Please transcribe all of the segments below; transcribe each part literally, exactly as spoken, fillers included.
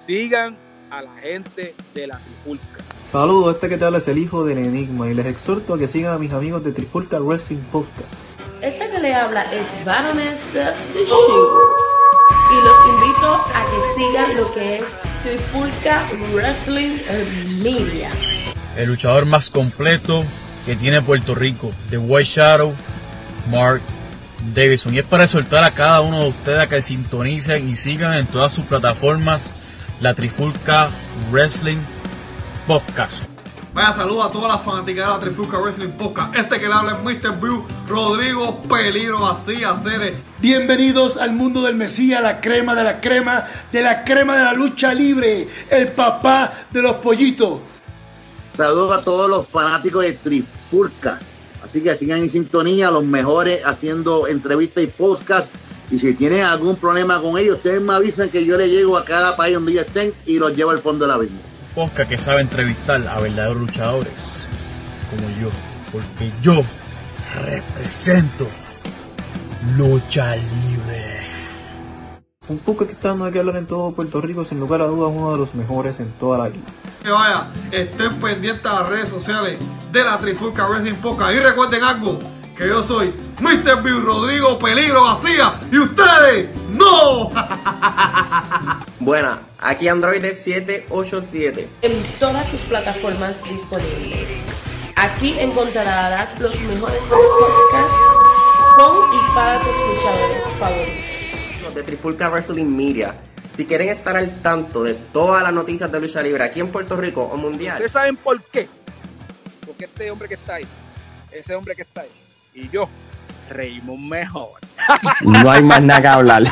sigan a la gente de la Trifulca. Saludos, este que te habla es el hijo del Enigma y les exhorto a que sigan a mis amigos de Trifulca Wrestling Podcast. Este que le habla es Baroness de The Show y los invito a que sigan lo que es Trifulca Wrestling Media. El luchador más completo que tiene Puerto Rico, The White Shadow, Mark Davidson. Y es para exhortar a cada uno de ustedes a que sintonicen y sigan en todas sus plataformas la Trifulca Wrestling Podcast. Vaya saludo a todas las fanáticas de la Trifulca Wrestling Podcast. Este que le habla es mister Blue, Rodrigo Peligro, así hacer. Bienvenidos al mundo del Mesías, la crema de la crema, de la crema de la lucha libre, el papá de los pollitos. Saludos a todos los fanáticos de Trifulca. Así que sigan en sintonía, los mejores haciendo entrevistas y podcast. Y si tienen algún problema con ellos, ustedes me avisan que yo les llego a cada país donde ellos estén y los llevo al fondo de la misma. Podcast que sabe entrevistar a verdaderos luchadores como yo, porque yo represento lucha libre. Un podcast que está dando de qué hablar en todo Puerto Rico, sin lugar a dudas uno de los mejores en toda la isla. Que vaya, estén pendientes a las redes sociales de la Trifulca Wrestling Podcast. Y recuerden algo, que yo soy mister Blue, Rodrigo Peligro García, y ustedes no. Buena, aquí Android siete ocho siete. En todas sus plataformas disponibles. Aquí encontrarás los mejores podcasts con y para tus luchadores favoritos. De Trifulca Wrestling Media. Si quieren estar al tanto de todas las noticias de lucha libre aquí en Puerto Rico o mundial. ¿Ustedes saben por qué? Porque este hombre que está ahí, ese hombre que está ahí, y yo, reímos mejor. No hay más nada que hablar.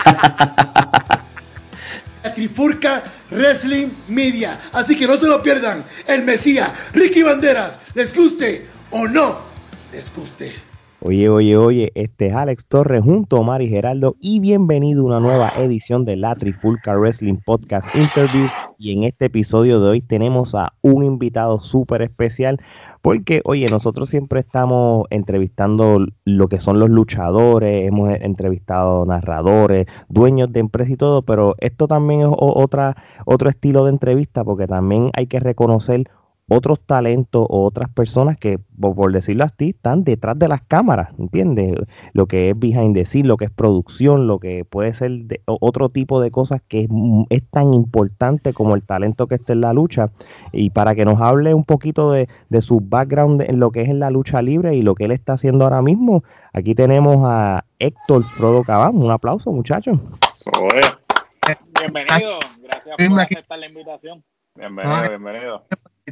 La Trifulca Wrestling Media. Así que no se lo pierdan. El Mesías, Ricky Banderas, les guste o no les guste. Oye, oye, oye, este es Alex Torres junto a Omar y Geraldo y bienvenido a una nueva edición de la Trifulca Wrestling Podcast Interviews. Y en este episodio de hoy tenemos a un invitado súper especial porque, oye, nosotros siempre estamos entrevistando lo que son los luchadores, hemos entrevistado narradores, dueños de empresas y todo, pero esto también es otra, otro estilo de entrevista porque también hay que reconocer otros talentos o otras personas que, por decirlo así, están detrás de las cámaras, ¿entiendes? Lo que es behind the scenes, lo que es producción, lo que puede ser de, otro tipo de cosas que es, es tan importante como el talento que está en la lucha. Y para que nos hable un poquito de, de su background en lo que es en la lucha libre y lo que él está haciendo ahora mismo, aquí tenemos a Héctor Frodo Cabán. Un aplauso, muchachos. Bienvenido, gracias por aceptar la invitación. Bienvenido, bienvenido.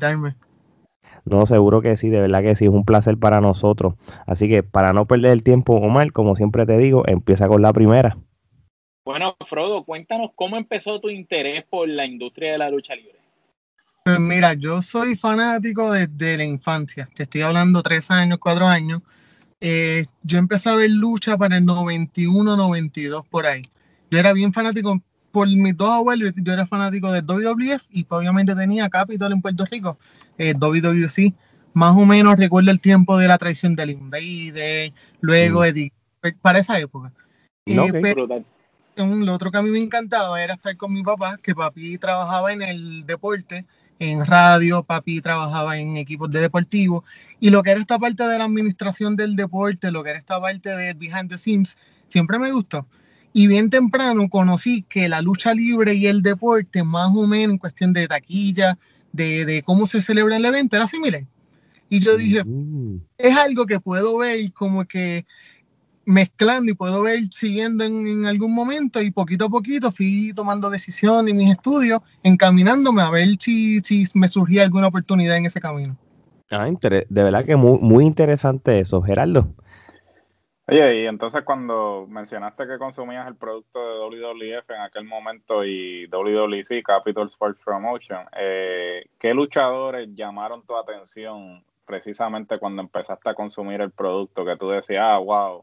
No, seguro que sí, de verdad que sí, es un placer para nosotros. Así que para no perder el tiempo, Omar, como siempre te digo, empieza con la primera. Bueno, Frodo, cuéntanos cómo empezó tu interés por la industria de la lucha libre. Pues mira, yo soy fanático desde la infancia, te estoy hablando tres años, cuatro años. Eh, yo empecé a ver lucha para el noventa y uno, noventa y dos por ahí. Yo era bien fanático. Por mis dos abuelos, yo era fanático de W W F y obviamente tenía Capitol en Puerto Rico, eh, W W C. Más o menos recuerdo el tiempo de la traición del Invader, luego mm. Eddie, para esa época. No, eh, okay. Pero lo otro que a mí me encantaba era estar con mi papá, que papi trabajaba en el deporte, en radio, papi trabajaba en equipos de deportivo, y lo que era esta parte de la administración del deporte, lo que era esta parte del behind the scenes, siempre me gustó. Y bien temprano conocí que la lucha libre y el deporte, más o menos en cuestión de taquilla, de, de cómo se celebra el evento, era similar. Y yo dije, mm. es algo que puedo ver como que mezclando y puedo ver siguiendo en, en algún momento, y poquito a poquito fui tomando decisiones en mis estudios, encaminándome a ver si, si me surgía alguna oportunidad en ese camino. Ah, de verdad que muy, muy interesante eso, Gerardo. Oye, y entonces cuando mencionaste que consumías el producto de W W F en aquel momento y W W C, Capitol Sports Promotion, eh, ¿qué luchadores llamaron tu atención precisamente cuando empezaste a consumir el producto que tú decías, ah, wow?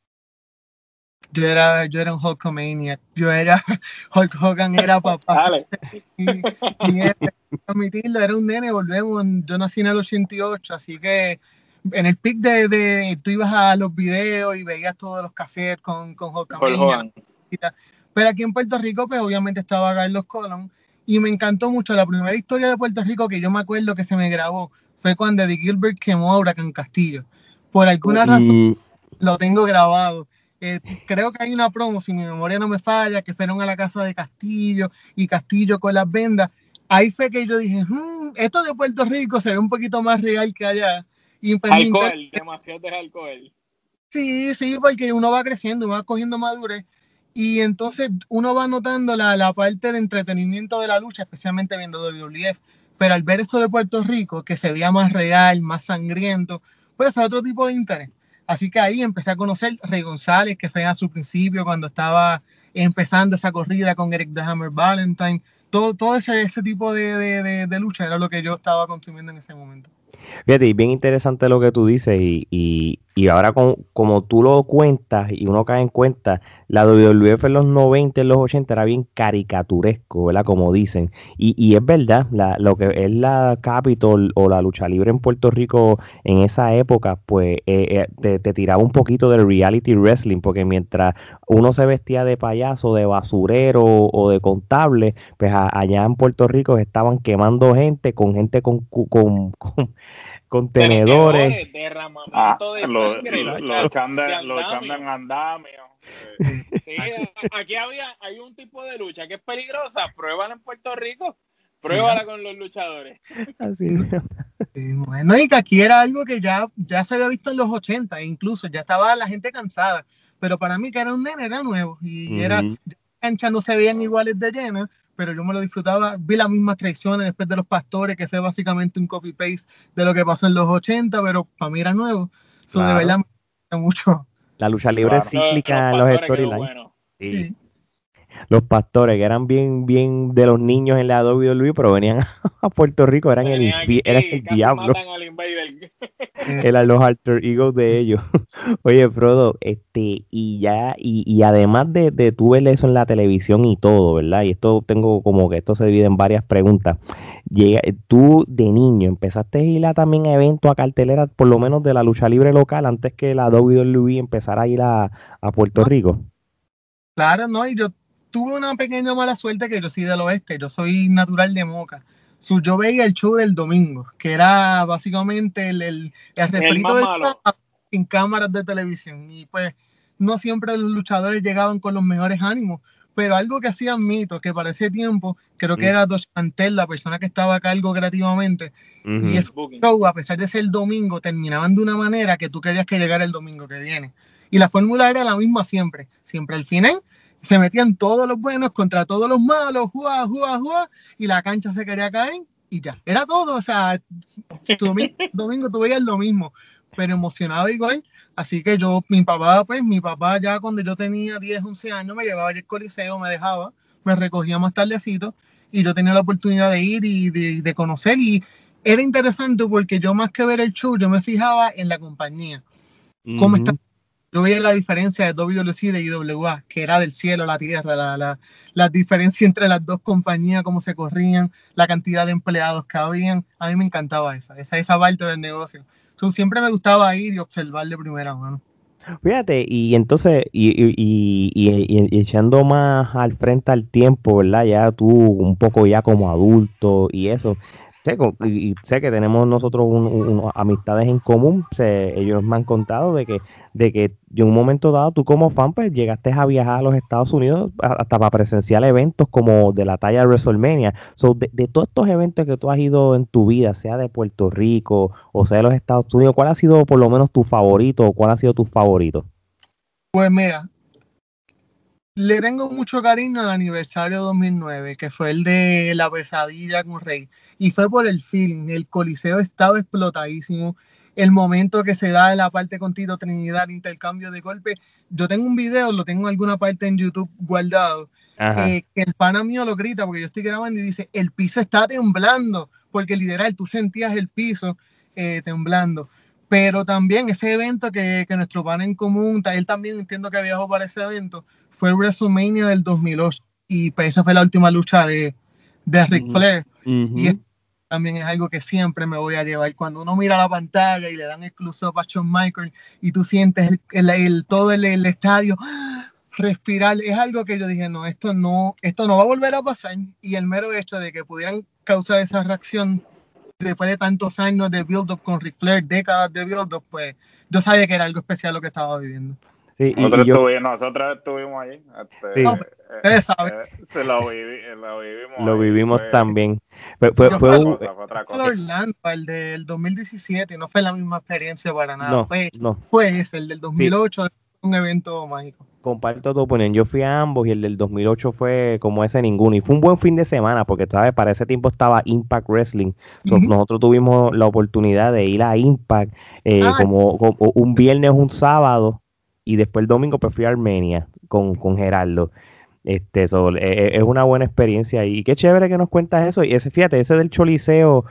Yo era, yo era un Hulkamaniac, yo era, Hulk Hogan era papá. Dale. Y, y era, admitirlo, era un nene, volvemos, yo nací en el ochenta y ocho, así que en el pic de, de, tú ibas a los videos y veías todos los cassettes con, con Hulkamania. Pero aquí en Puerto Rico, pues obviamente estaba Carlos Colón, y me encantó mucho. La primera historia de Puerto Rico que yo me acuerdo que se me grabó fue cuando Eddie Gilbert quemó a Huracán Castillo. Por alguna razón lo tengo grabado. Eh, creo que hay una promo, si mi memoria no me falla, que fueron a la casa de Castillo y Castillo con las vendas. Ahí fue que yo dije, hmm, esto de Puerto Rico se ve un poquito más real que allá. Y pues, alcohol, inter... demasiado de alcohol. Sí, sí, porque uno va creciendo, va cogiendo madurez. Y entonces uno va notando la, la parte de entretenimiento de la lucha, especialmente viendo W W F. Pero al ver eso de Puerto Rico, que se veía más real, más sangriento, pues fue otro tipo de interés. Así que ahí empecé a conocer Rey González, que fue a su principio cuando estaba empezando esa corrida con Eric the Hammer Valentine. Todo, todo ese, ese tipo de, de, de, de lucha era lo que yo estaba consumiendo en ese momento. Fíjate, y bien interesante lo que tú dices y, y, y ahora con, como tú lo cuentas y uno cae en cuenta, la W W F en los noventa, en los ochenta era bien caricaturesco, ¿verdad? Como dicen. Y, y es verdad, la, lo que es la Capitol o la lucha libre en Puerto Rico en esa época, pues eh, eh, te, te tiraba un poquito del reality wrestling, porque mientras uno se vestía de payaso, de basurero o de contable, pues a, allá en Puerto Rico estaban quemando gente con gente con... con, con contenedores, derramamiento de sangre, ah, lo echan en andamio. Sí, aquí había, hay un tipo de lucha que es peligrosa, pruébala en Puerto Rico, pruébala con los luchadores. Así sí, bueno, y que aquí era algo que ya, ya se había visto en los ochenta, incluso ya estaba la gente cansada, pero para mí que era un nene, era nuevo, y uh-huh. era, las canchas no se veían iguales de llenas, pero yo me lo disfrutaba, vi las mismas traiciones después de los pastores, que fue básicamente un copy-paste de lo que pasó en los ochenta, pero para mí era nuevo. So, claro. De verdad me gusta mucho. La lucha libre claro. cíclica en los, los storylines. Bueno. Sí. Sí. Los pastores, que eran bien, bien de los niños en la W W E, pero venían a Puerto Rico, eran el, infi- eran el diablo. Eran los alter egos de ellos. Oye, Frodo, este, y ya, y, y además de, de tú ver eso en la televisión y todo, ¿verdad? Y esto tengo como que esto se divide en varias preguntas. Llega, tú de niño empezaste a ir a también a eventos, a carteleras, por lo menos de la lucha libre local, antes que la W W E empezara a ir a, a Puerto no. Rico. Claro, no, y yo tuve una pequeña mala suerte que yo soy del oeste, yo soy natural de Moca. So, yo veía el show del domingo, que era básicamente el, el, el refrito del en cámaras de televisión. Y pues no siempre los luchadores llegaban con los mejores ánimos, pero algo que hacían mito, que para ese tiempo, creo que mm. era Dos Chantel, la persona que estaba a cargo creativamente, mm-hmm. y esos shows, a pesar de ser domingo, terminaban de una manera que tú querías que llegara el domingo que viene. Y la fórmula era la misma siempre, siempre al final se metían todos los buenos contra todos los malos, juá, juá, juá, y la cancha se quería caer y ya. Era todo, o sea, domingo, domingo tú veías lo mismo, pero emocionado igual. Así que yo, mi papá, pues, mi papá ya cuando yo tenía diez, once años me llevaba al coliseo, me dejaba, me recogía más tardecito y yo tenía la oportunidad de ir y de, de conocer. Y era interesante porque yo más que ver el show, yo me fijaba en la compañía. Uh-huh. Cómo está. Yo veía la diferencia de W W C y de I W A, que era del cielo a la tierra, la, la, la diferencia entre las dos compañías, cómo se corrían, la cantidad de empleados que habían. A mí me encantaba eso, esa, esa parte del negocio. So, siempre me gustaba ir y observar de primera mano. Fíjate, y entonces, y, y, y, y, y echando más al frente al tiempo, ¿verdad? Ya tú un poco ya como adulto y eso. Sé, y sé que tenemos nosotros un, un, amistades en común. Sé, ellos me han contado de que de que en un momento dado tú como fan pues llegaste a viajar a los Estados Unidos hasta para presenciar eventos como de la talla de WrestleMania. So, de, de todos estos eventos que tú has ido en tu vida, sea de Puerto Rico o sea de los Estados Unidos, ¿cuál ha sido por lo menos tu favorito o cuál ha sido tu favorito? Pues mira, le tengo mucho cariño al aniversario dos mil nueve, que fue el de la pesadilla con Rey. Y fue por el feeling. El coliseo estaba explotadísimo. El momento que se da en la parte con Tito Trinidad, intercambio de golpes. Yo tengo un video, lo tengo en alguna parte en YouTube guardado, eh, que el pana mío lo grita, porque yo estoy grabando y dice, el piso está temblando, porque literal tú sentías el piso eh, temblando. Pero también ese evento que, que nuestro pana en común, él también entiendo que viajó para ese evento, fue el WrestleMania del dos mil ocho. Y pues esa fue la última lucha de, de Ric Flair. Uh-huh. Y es, también es algo que siempre me voy a llevar. Cuando uno mira la pantalla y le dan el close-up a Shawn Michaels y tú sientes el, el, el, todo el, el estadio respirar, es algo que yo dije, no, esto no, esto no va a volver a pasar, y el mero hecho de que pudieran causar esa reacción después de tantos años de build-up con Ric Flair, décadas de build-up, pues yo sabía que era algo especial lo que estaba viviendo. Sí, y, nosotros, y yo, estuvimos, nosotros estuvimos allí. Este, sí. No, ustedes eh, saben. eh, se lo, vivi, lo vivimos. Lo ahí, vivimos fue, también. Fue, fue, Yo fue fui un, cosa, fue otra el cosa. Orlando, el del dos mil diecisiete, no fue la misma experiencia para nada. no, Fue, no. fue ese, el del dos mil Sí, ocho, un evento mágico. comparto tu opinión. Yo fui a ambos y el del dos mil ocho fue como ese ninguno. Y fue un buen fin de semana porque, ¿sabes? Para ese tiempo estaba Impact Wrestling. So, Ujú. nosotros tuvimos la oportunidad de ir a Impact eh, Ah, como, como un viernes, un sábado y después el domingo pues fui a Armenia con, con Gerardo. Este, so, eh, eh, es una buena experiencia y qué chévere que nos cuentas eso. Y ese, fíjate, ese del Choliseo,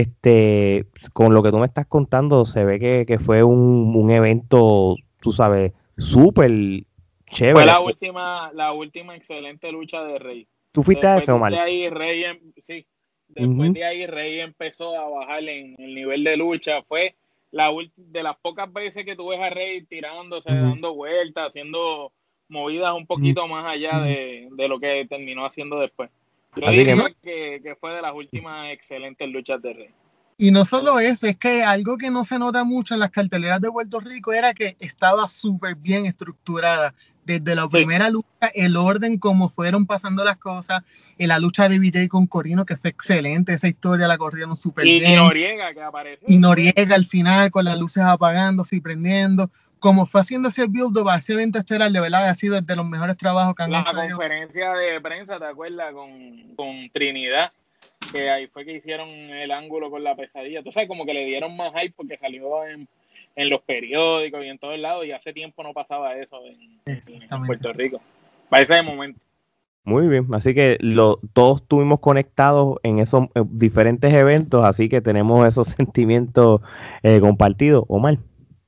este, con lo que tú me estás contando, se ve que, que fue un, un evento, tú sabes, súper chévere. Fue la última, la última excelente lucha de Rey. ¿Tú fuiste después a eso, Omar? de ahí Rey, em, sí, después Uh-huh. de ahí Rey empezó a bajar en el nivel de lucha. Fue la de las pocas veces que tú ves a Rey tirándose, Uh-huh. dando vueltas, haciendo movidas un poquito más allá de, de lo que terminó haciendo después. Yo Así diría que, que, que fue de las últimas excelentes luchas de Rey. y no solo eso, es que algo que no se nota mucho en las carteleras de Puerto Rico era que estaba súper bien estructurada. Desde la Sí. primera lucha, el orden, como fueron pasando las cosas, en la lucha de B J con Corino, que fue excelente, esa historia la corrieron súper Y, bien. y Noriega que apareció. Y Noriega al final, con las luces apagándose y prendiendo. Como fue haciendo ese build-up a ese evento estelar, de verdad ha sido de los mejores trabajos que han La hecho. conferencia ellos. de prensa, ¿te acuerdas? Con, con Trinidad, que ahí fue que hicieron el ángulo con la pesadilla. Tú sabes, como que le dieron más hype porque salió en, en los periódicos y en todos lados, y hace tiempo no pasaba eso en, en Puerto Rico. Para ese momento. muy bien, así que lo, todos estuvimos conectados en esos eh, diferentes eventos, así que tenemos esos sentimientos eh, compartidos. Omar.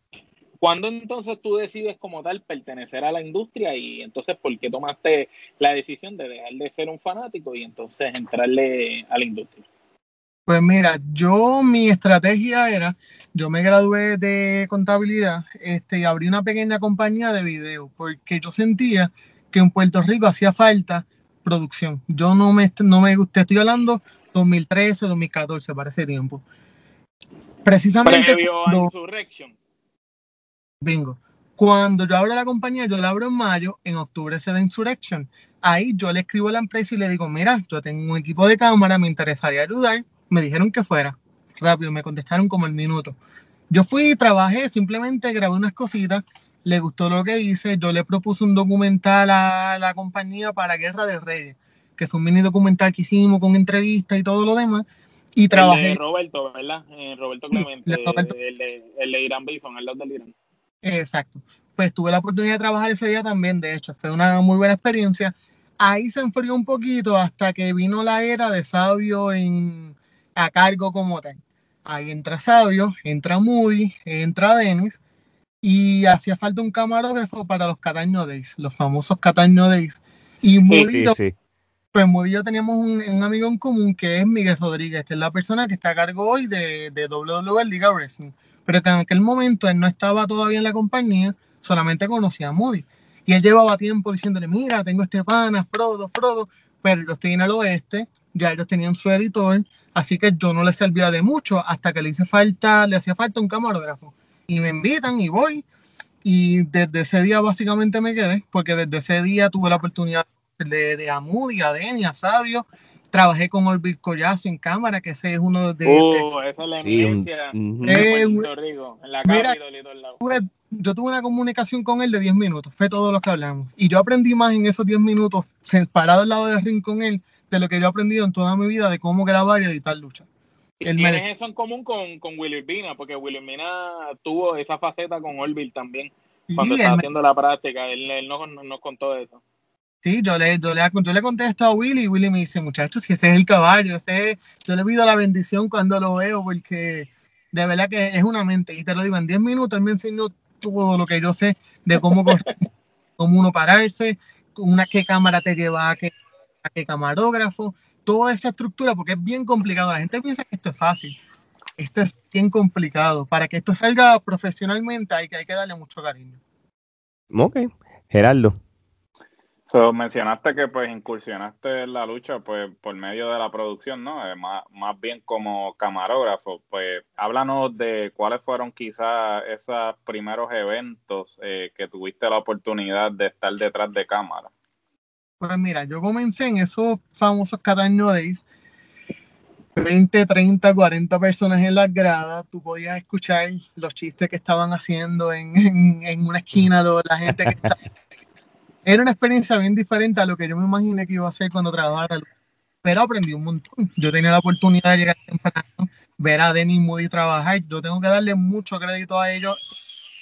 ¿Cuándo entonces tú decides como tal pertenecer a la industria y entonces por qué tomaste la decisión de dejar de ser un fanático y entonces entrarle a la industria? Pues mira, yo mi estrategia era, yo me gradué de contabilidad este, y abrí una pequeña compañía de video porque yo sentía que en Puerto Rico hacía falta producción. Yo no me, no me te estoy hablando dos mil trece, dos mil catorce, para ese tiempo. Precisamente previo a Insurrection. Bingo. Cuando yo abro la compañía, yo la abro en mayo, en octubre se da Insurrection. Ahí yo le escribo a la empresa y le digo, mira, yo tengo un equipo de cámara, me interesaría ayudar. Me dijeron que fuera. Rápido, me contestaron como el minuto. Yo fui, trabajé, simplemente grabé unas cositas, le gustó lo que hice, yo le propuse un documental a la compañía para Guerra de Reyes, que fue un mini documental que hicimos con entrevistas y todo lo demás. Y trabajé. El de Roberto, ¿verdad? Eh, Roberto Clemente, sí, Roberto. El, de, el de Irán Bison, el lado del Irán. Exacto. Pues tuve la oportunidad de trabajar ese día también, de hecho, fue una muy buena experiencia. Ahí se enfrió un poquito hasta que vino la era de Sabio en, a cargo como tal. Ahí entra Sabio, entra Moody, entra Dennis y hacía falta un camarógrafo para los Cataño Days, los famosos Cataño Days. Y Moody, sí, sí, sí. Pues Moody y yo teníamos un, un amigo en común que es Miguel Rodríguez, que es la persona que está a cargo hoy de, de W W E Liga Wrestling. Pero que en aquel momento él no estaba todavía en la compañía, solamente conocía a Moody. Y él llevaba tiempo diciéndole, mira, tengo este pana, Frodo, Frodo, pero yo estoy en el oeste, ya ellos tenían su editor, así que yo no les servía de mucho hasta que le hice falta, le hacía falta un camarógrafo. Y me invitan y voy, y desde ese día básicamente me quedé, porque desde ese día tuve la oportunidad de, de a Moody, a Denny, a Sabio. Trabajé con Orville Collazo en cámara, que ese es uno de... Uh, de esa es la eminencia sí, un, de Puerto Rico, en la mira, Capitol y todo el lado. Tuve, yo tuve una comunicación con él de diez minutos, fue todo lo que hablamos. Y yo aprendí más en esos diez minutos, parado al lado del ring con él, de lo que yo he aprendido en toda mi vida de cómo grabar y editar lucha. Tienes eso en común con, con Willy Urbina, porque Willy Urbina tuvo esa faceta con Orville también, cuando sí, estaba él haciendo me... la práctica, él, él nos, nos contó eso. Sí, yo le, yo, le, yo le contesto a Willy y Willy me dice, muchachos, si ese es el caballo, ese es, yo le pido la bendición cuando lo veo porque de verdad que es una mente. Y te lo digo, en diez minutos él me enseñó todo lo que yo sé de cómo correr, cómo uno pararse, una, qué cámara te lleva a qué, a qué camarógrafo, toda esa estructura, porque es bien complicado. La gente piensa que esto es fácil. Esto es bien complicado. Para que esto salga profesionalmente hay que, hay que darle mucho cariño. Ok, Gerardo. So, mencionaste que pues incursionaste en la lucha pues por medio de la producción, ¿no? Eh, más, más bien como camarógrafo. Pues háblanos de cuáles fueron quizás esos primeros eventos eh, que tuviste la oportunidad de estar detrás de cámara. Pues mira, yo comencé en esos famosos Cataño Days, veinte, treinta, cuarenta personas en las gradas, tú podías escuchar los chistes que estaban haciendo en, en, en una esquina, lo, la gente que estaba... Era una experiencia bien diferente a lo que yo me imaginé que iba a hacer cuando trabajara, pero aprendí un montón. Yo tenía la oportunidad de llegar temprano, ver a Denny Moody trabajar. Yo tengo que darle mucho crédito a ellos.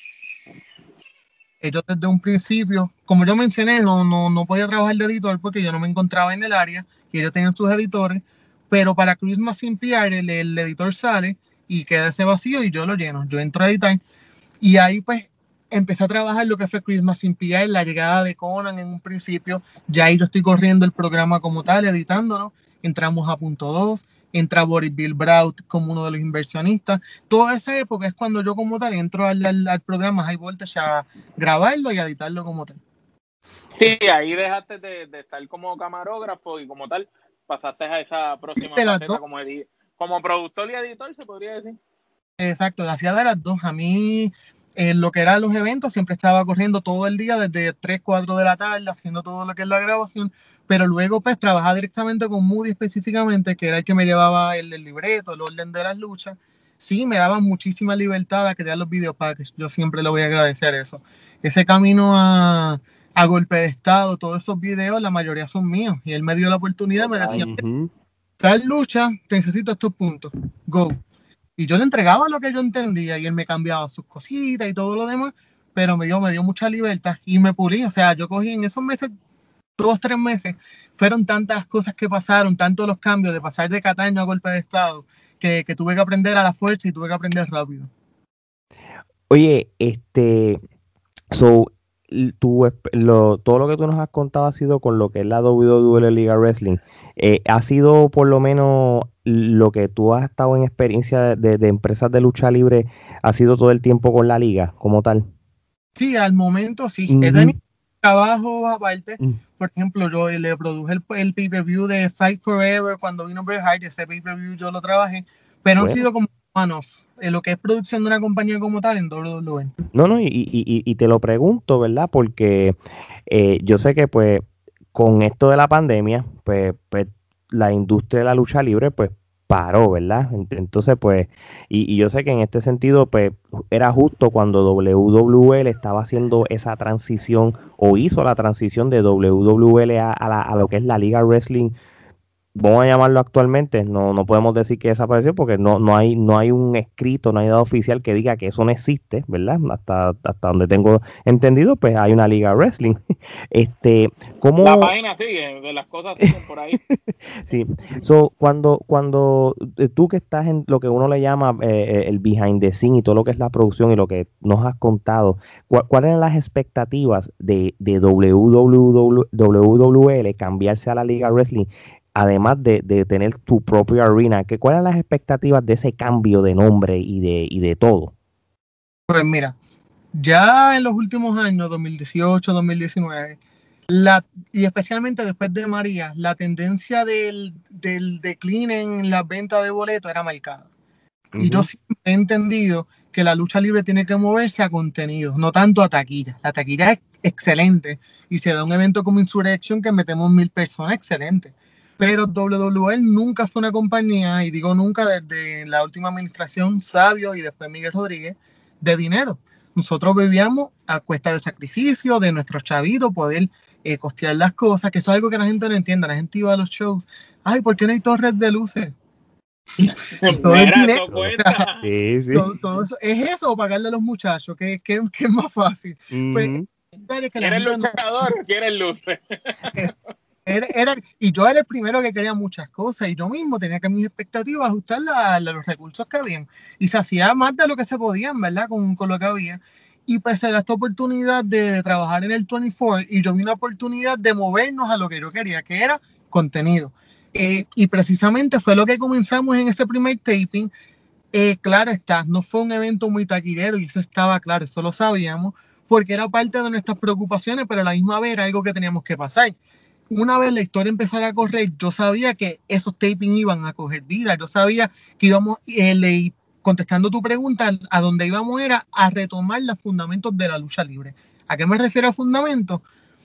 Ellos desde un principio, como yo mencioné, no, no, no podía trabajar de editor porque yo no me encontraba en el área y ellos tenían sus editores, pero para Christmas in P R el, el editor sale y queda ese vacío y yo lo lleno. Yo entro a editar y ahí pues empecé a trabajar lo que fue Christmas in P R, la llegada de Conan en un principio. Ya ahí yo estoy corriendo el programa como tal, editándolo. Entramos a punto dos, entra Boris Bill Braut como uno de los inversionistas. Toda esa época es cuando yo como tal entro al, al, al programa High Voltage a grabarlo y a editarlo como tal. Sí, ahí dejaste de, de estar como camarógrafo y como tal pasaste a esa próxima faceta como, como productor y editor, se podría decir. Exacto, hacía de las dos. A mí... En lo que eran los eventos, siempre estaba corriendo todo el día, desde tres, cuatro de la tarde, haciendo todo lo que es la grabación, pero luego pues trabajaba directamente con Moody específicamente, que era el que me llevaba el, el libreto, el orden de las luchas. Sí, me daba muchísima libertad a crear los videopacks, yo siempre le voy a agradecer eso. Ese camino a, a golpe de estado, todos esos videos, la mayoría son míos, y él me dio la oportunidad, me decía, uh-huh. Tal lucha, te necesito estos puntos, go. Y yo le entregaba lo que yo entendía y él me cambiaba sus cositas y todo lo demás, pero me dio, me dio mucha libertad y me pulí. O sea, yo cogí en esos meses, dos, tres meses, fueron tantas cosas que pasaron, tantos los cambios de pasar de Cataño a golpe de estado, que, que tuve que aprender a la fuerza y tuve que aprender rápido. Oye, este, so, tú, lo, todo lo que tú nos has contado ha sido con lo que es la W W E Liga Wrestling. Eh, ¿Ha sido por lo menos lo que tú has estado en experiencia de, de, de empresas de lucha libre, ha sido todo el tiempo con la liga como tal? Sí, al momento sí. Uh-huh. He tenido trabajo aparte. Uh-huh. Por ejemplo, yo le produje el, el pay-per-view de Fight Forever cuando vino Bret Hart, ese pay-per-view yo lo trabajé, pero bueno. Han sido como one-off, en lo que es producción de una compañía como tal en W W E. No, no, y, y, y te lo pregunto, ¿verdad? Porque eh, yo sé que pues con esto de la pandemia, pues, pues la industria de la lucha libre, pues paró, ¿verdad? Entonces, pues, y, y yo sé que en este sentido, pues, era justo cuando W W E estaba haciendo esa transición, o hizo la transición de W W E a, a, la, a lo que es la Liga Wrestling, vamos a llamarlo actualmente, no, no podemos decir que desapareció porque no, no hay, no hay un escrito, no hay nada oficial que diga que eso no existe, ¿verdad? Hasta, hasta donde tengo entendido, pues hay una Liga Wrestling. Este, ¿cómo... La página sigue, de las cosas siguen por ahí. Sí, so, cuando, cuando tú que estás en lo que uno le llama eh, el behind the scene y todo lo que es la producción y lo que nos has contado, ¿cu ¿cuáles eran las expectativas de, de W W E cambiarse a la Liga Wrestling? Además de, de tener tu propia arena, ¿qué, ¿cuáles eran las expectativas de ese cambio de nombre y de, y de todo? Pues mira, ya en los últimos años, dos mil dieciocho, dos mil diecinueve, la, y especialmente después de María, la tendencia del, del decline en la venta de boletos era marcada. Uh-huh. Y yo siempre he entendido que la lucha libre tiene que moverse a contenido, no tanto a taquilla. La taquilla es excelente y se da un evento como Insurrection que metemos mil personas, excelente. Pero W W E nunca fue una compañía, y digo nunca desde la última administración, Sabio y después Miguel Rodríguez, de dinero. Nosotros vivíamos a cuesta de sacrificio, de nuestros chavitos, poder eh, costear las cosas, que eso es algo que la gente no entiende. La gente iba a los shows, ay, ¿por qué no hay torres de luces? Todo el dinero. Sí, sí. Todo, todo eso, es eso, o pagarle a los muchachos, que, que, que es más fácil. Mm-hmm. Pues, ¿Quieres luchador o quieres luces? Era, era, y yo era el primero que quería muchas cosas y yo mismo tenía que mis expectativas ajustarlas a, a los recursos que habían y se hacía más de lo que se podían, ¿verdad? Con, con lo que había. Y pues se da esta oportunidad de, de trabajar en el veinticuatro y yo vi una oportunidad de movernos a lo que yo quería, que era contenido. Eh, y precisamente fue lo que comenzamos en ese primer taping. Eh, claro está, no fue un evento muy taquillero y eso estaba claro, eso lo sabíamos, porque era parte de nuestras preocupaciones, pero a la misma vez era algo que teníamos que pasar. Una vez la historia empezara a correr, yo sabía que esos tapings iban a coger vida, yo sabía que íbamos, eh, le, contestando tu pregunta, a donde íbamos era a retomar los fundamentos de la lucha libre. ¿A qué me refiero a fundamentos?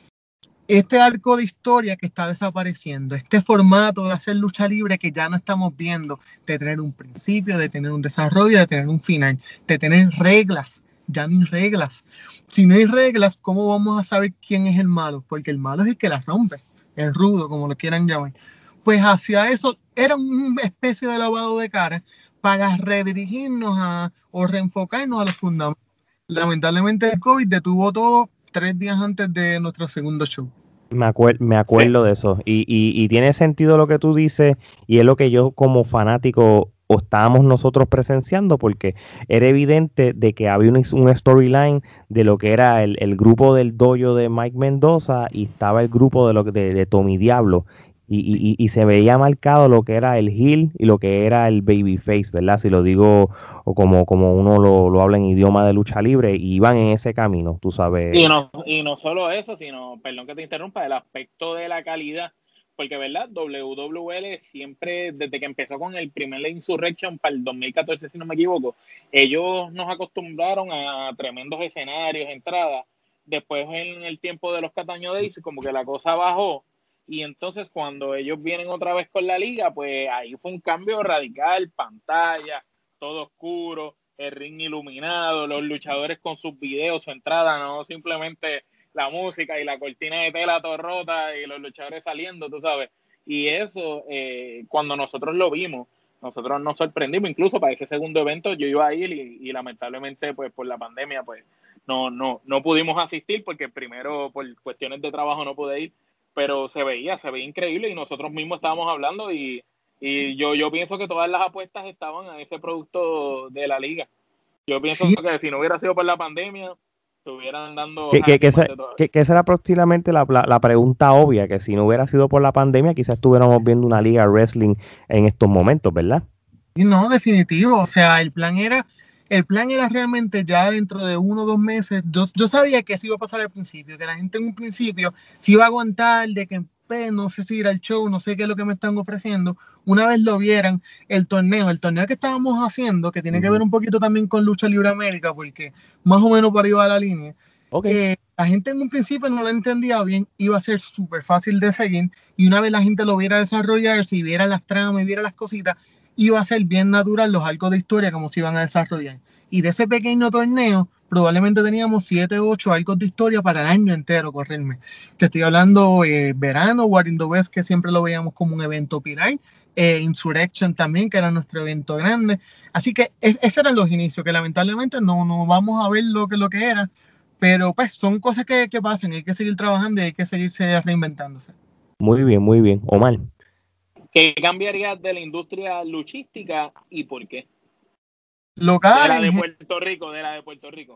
Este arco de historia que está desapareciendo, este formato de hacer lucha libre que ya no estamos viendo, de tener un principio, de tener un desarrollo, de tener un final, de tener reglas, ya no hay reglas. Si no hay reglas, ¿cómo vamos a saber quién es el malo? Porque el malo es el que las rompe, el rudo, como lo quieran llamar. Pues hacia eso era una especie de lavado de cara para redirigirnos a, o reenfocarnos a los fundamentos. Lamentablemente el COVID detuvo todo tres días antes de nuestro segundo show. Me, acuer me acuerdo sí. de eso. Y, y, y tiene sentido lo que tú dices, y es lo que yo como fanático o estábamos nosotros presenciando, porque era evidente de que había una, una storyline de lo que era el, el grupo del dojo de Mike Mendoza y estaba el grupo de, lo, de, de Tommy Diablo. Y, y, y se veía marcado lo que era el heel y lo que era el babyface, ¿verdad? Si lo digo o como, como uno lo, lo habla en idioma de lucha libre, y iban en ese camino, tú sabes. Y no, y no solo eso, sino, perdón que te interrumpa, el aspecto de la calidad, porque, ¿verdad? W W L siempre, desde que empezó con el primer Insurrection para el dos mil catorce, si no me equivoco, ellos nos acostumbraron a tremendos escenarios, entradas. Después, en el tiempo de los Cataño Days, como que la cosa bajó. Y entonces cuando ellos vienen otra vez con la liga, pues ahí fue un cambio radical, pantalla, todo oscuro, el ring iluminado, los luchadores con sus videos, su entrada, no simplemente la música y la cortina de tela todo rota y los luchadores saliendo, tú sabes. Y eso, eh, cuando nosotros lo vimos, nosotros nos sorprendimos, incluso para ese segundo evento yo iba a ir y, y lamentablemente pues por la pandemia pues no, no, no pudimos asistir, porque primero por cuestiones de trabajo no pude ir. Pero se veía, se veía increíble, y nosotros mismos estábamos hablando y, y yo, yo pienso que todas las apuestas estaban a ese producto de la liga. Yo pienso sí. que si no hubiera sido por la pandemia, estuvieran dando... Que, que, que, esa, que, que esa era aproximadamente la, la, la pregunta obvia, que si no hubiera sido por la pandemia, quizás estuviéramos viendo una liga wrestling en estos momentos, ¿verdad? Y no, definitivo, o sea, el plan era... El plan era realmente ya dentro de uno o dos meses, yo, yo sabía que eso iba a pasar al principio, que la gente en un principio se iba a aguantar de que pues, no sé si ir al show, no sé qué es lo que me están ofreciendo. Una vez lo vieran, el torneo, el torneo que estábamos haciendo, que tiene uh-huh. que ver un poquito también con Lucha Libre América, porque más o menos para arriba de la línea, okay. eh, la gente en un principio no lo entendía bien, iba a ser súper fácil de seguir, y una vez la gente lo viera desarrollar, si viera las tramas y viera las cositas, iba a ser bien natural los arcos de historia como se iban a desarrollar. Y de ese pequeño torneo probablemente teníamos siete u ocho arcos de historia para el año entero, correrme. Te estoy hablando eh, verano, War in the West, que siempre lo veíamos como un evento pilar, eh, Insurrection también, que era nuestro evento grande. Así que es, esos eran los inicios, que lamentablemente no, no vamos a ver lo que, lo que era, pero pues son cosas que, que pasan, hay que seguir trabajando y hay que seguirse reinventándose. Muy bien, muy bien. Omar. ¿Qué cambiaría de la industria luchística y por qué? Local. De la de Puerto Rico, de la de Puerto Rico.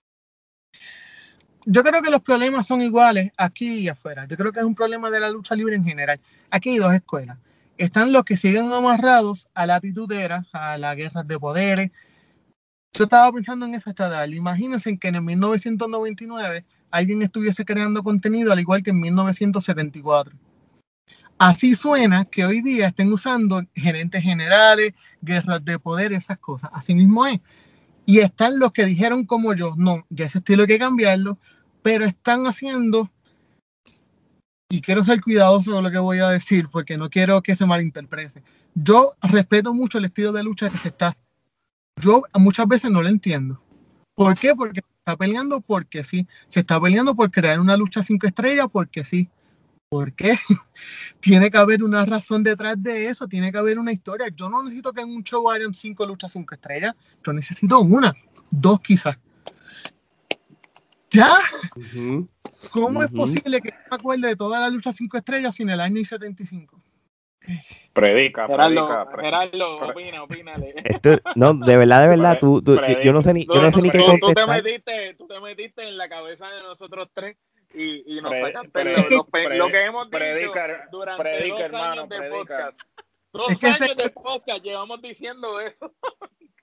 Yo creo que los problemas son iguales aquí y afuera. Yo creo que es un problema de la lucha libre en general. Aquí hay dos escuelas. Están los que siguen amarrados a la titutera, a las guerras de poderes. Yo estaba pensando en esa estadal. Imagínense que en mil novecientos noventa y nueve alguien estuviese creando contenido al igual que en mil novecientos setenta y cuatro. Así suena que hoy día estén usando gerentes generales, guerras de poder, esas cosas. Así mismo es. Y están los que dijeron como yo, no, ya ese estilo hay que cambiarlo, pero están haciendo, y quiero ser cuidadoso con lo que voy a decir, porque no quiero que se malinterprete. Yo respeto mucho el estilo de lucha que se está haciendo. Yo muchas veces no lo entiendo. ¿Por qué? Porque se está peleando porque sí. Se está peleando por crear una lucha cinco estrellas porque sí. ¿Por qué? Tiene que haber una razón detrás de eso, tiene que haber una historia. Yo no necesito que en un show hayan cinco luchas cinco estrellas, yo necesito una, dos quizás. ¿Ya? Uh-huh. ¿Cómo uh-huh. es posible que no me acuerde de todas las luchas cinco estrellas sin el año setenta y cinco? Predica, Gerardo, predica. Gerardo, opina, opínale. Esto, no, de verdad, de verdad, tú, tú, yo, yo no sé ni, yo no sé ni qué tú, contestar. Tú te, metiste, tú te metiste en la cabeza de nosotros tres y, y nos pre, sacaste pre, lo, lo, pre, lo que hemos predica, dicho durante predica, dos hermano, años de predica. podcast. Dos es que años se... de podcast llevamos diciendo eso.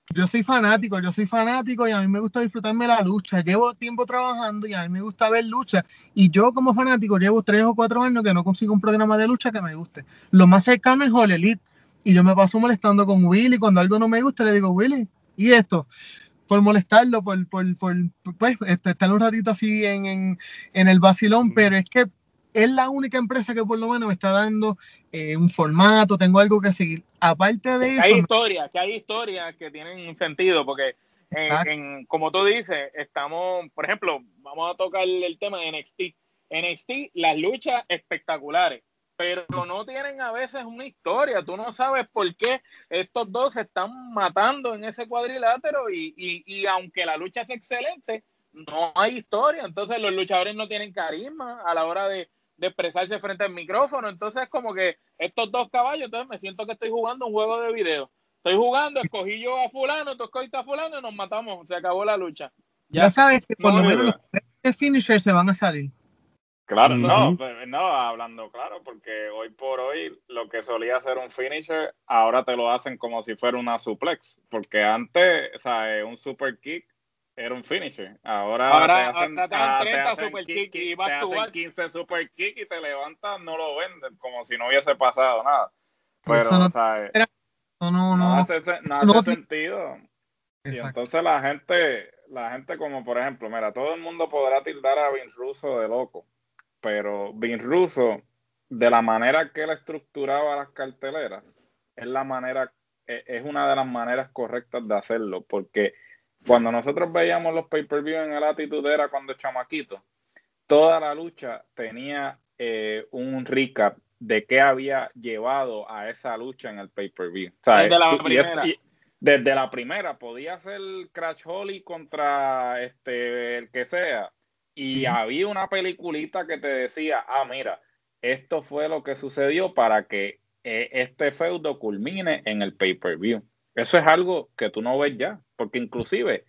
Yo soy fanático, yo soy fanático y a mí me gusta disfrutarme la lucha. Llevo tiempo trabajando y a mí me gusta ver lucha. Y yo como fanático llevo tres o cuatro años que no consigo un programa de lucha que me guste. Lo más cercano es All Elite. Y yo me paso molestando con Willy. Cuando algo no me gusta le digo, Willy, ¿y esto? Por molestarlo, por, por, por pues, este, estar un ratito así en, en, en el vacilón. Pero es que es la única empresa que por lo menos me está dando eh, un formato, tengo algo que seguir. Aparte de eso... Hay historias, que hay historias que tienen un sentido, porque en, en, como tú dices, estamos, por ejemplo, vamos a tocar el tema de N X T. N X T, las luchas espectaculares, pero no tienen a veces una historia. Tú no sabes por qué estos dos se están matando en ese cuadrilátero y, y, y aunque la lucha es excelente, no hay historia. Entonces los luchadores no tienen carisma a la hora de de expresarse frente al micrófono. Entonces como que estos dos caballos, entonces me siento que estoy jugando un juego de video. Estoy jugando, escogí yo a fulano, tú escogiste a fulano y nos matamos, se acabó la lucha. Ya, ya sabes que por no, lo menos los finishers se van a salir. Claro, uh-huh. no, no, hablando claro, porque hoy por hoy lo que solía ser un finisher, ahora te lo hacen como si fuera una suplex, porque antes, o sea, un super kick era un finisher. Ahora, ahora te hacen, ahora te dan treinta te hacen super kick, kick y te vas hacen tú quince super kick y te levantas, no lo venden, como si no hubiese pasado nada. Pero, eso no, o sea, era, no, no, no, no hace, no no, hace sentido. Exacto. Y entonces la gente, la gente como por ejemplo, mira, todo el mundo podrá tildar a Vince Russo de loco, pero Vince Russo, de la manera que él estructuraba las carteleras, es la manera, es una de las maneras correctas de hacerlo, porque cuando nosotros veíamos los pay-per-view en el Attitude Era cuando chamaquito, toda la lucha tenía eh, un recap de qué había llevado a esa lucha en el pay-per-view. O sea, desde la y, primera. Y, desde la primera podía ser Crash Holly contra este el que sea. Y uh-huh. había una peliculita que te decía, ah, mira, esto fue lo que sucedió para que eh, este feudo culmine en el pay-per-view. Eso es algo que tú no ves ya, porque inclusive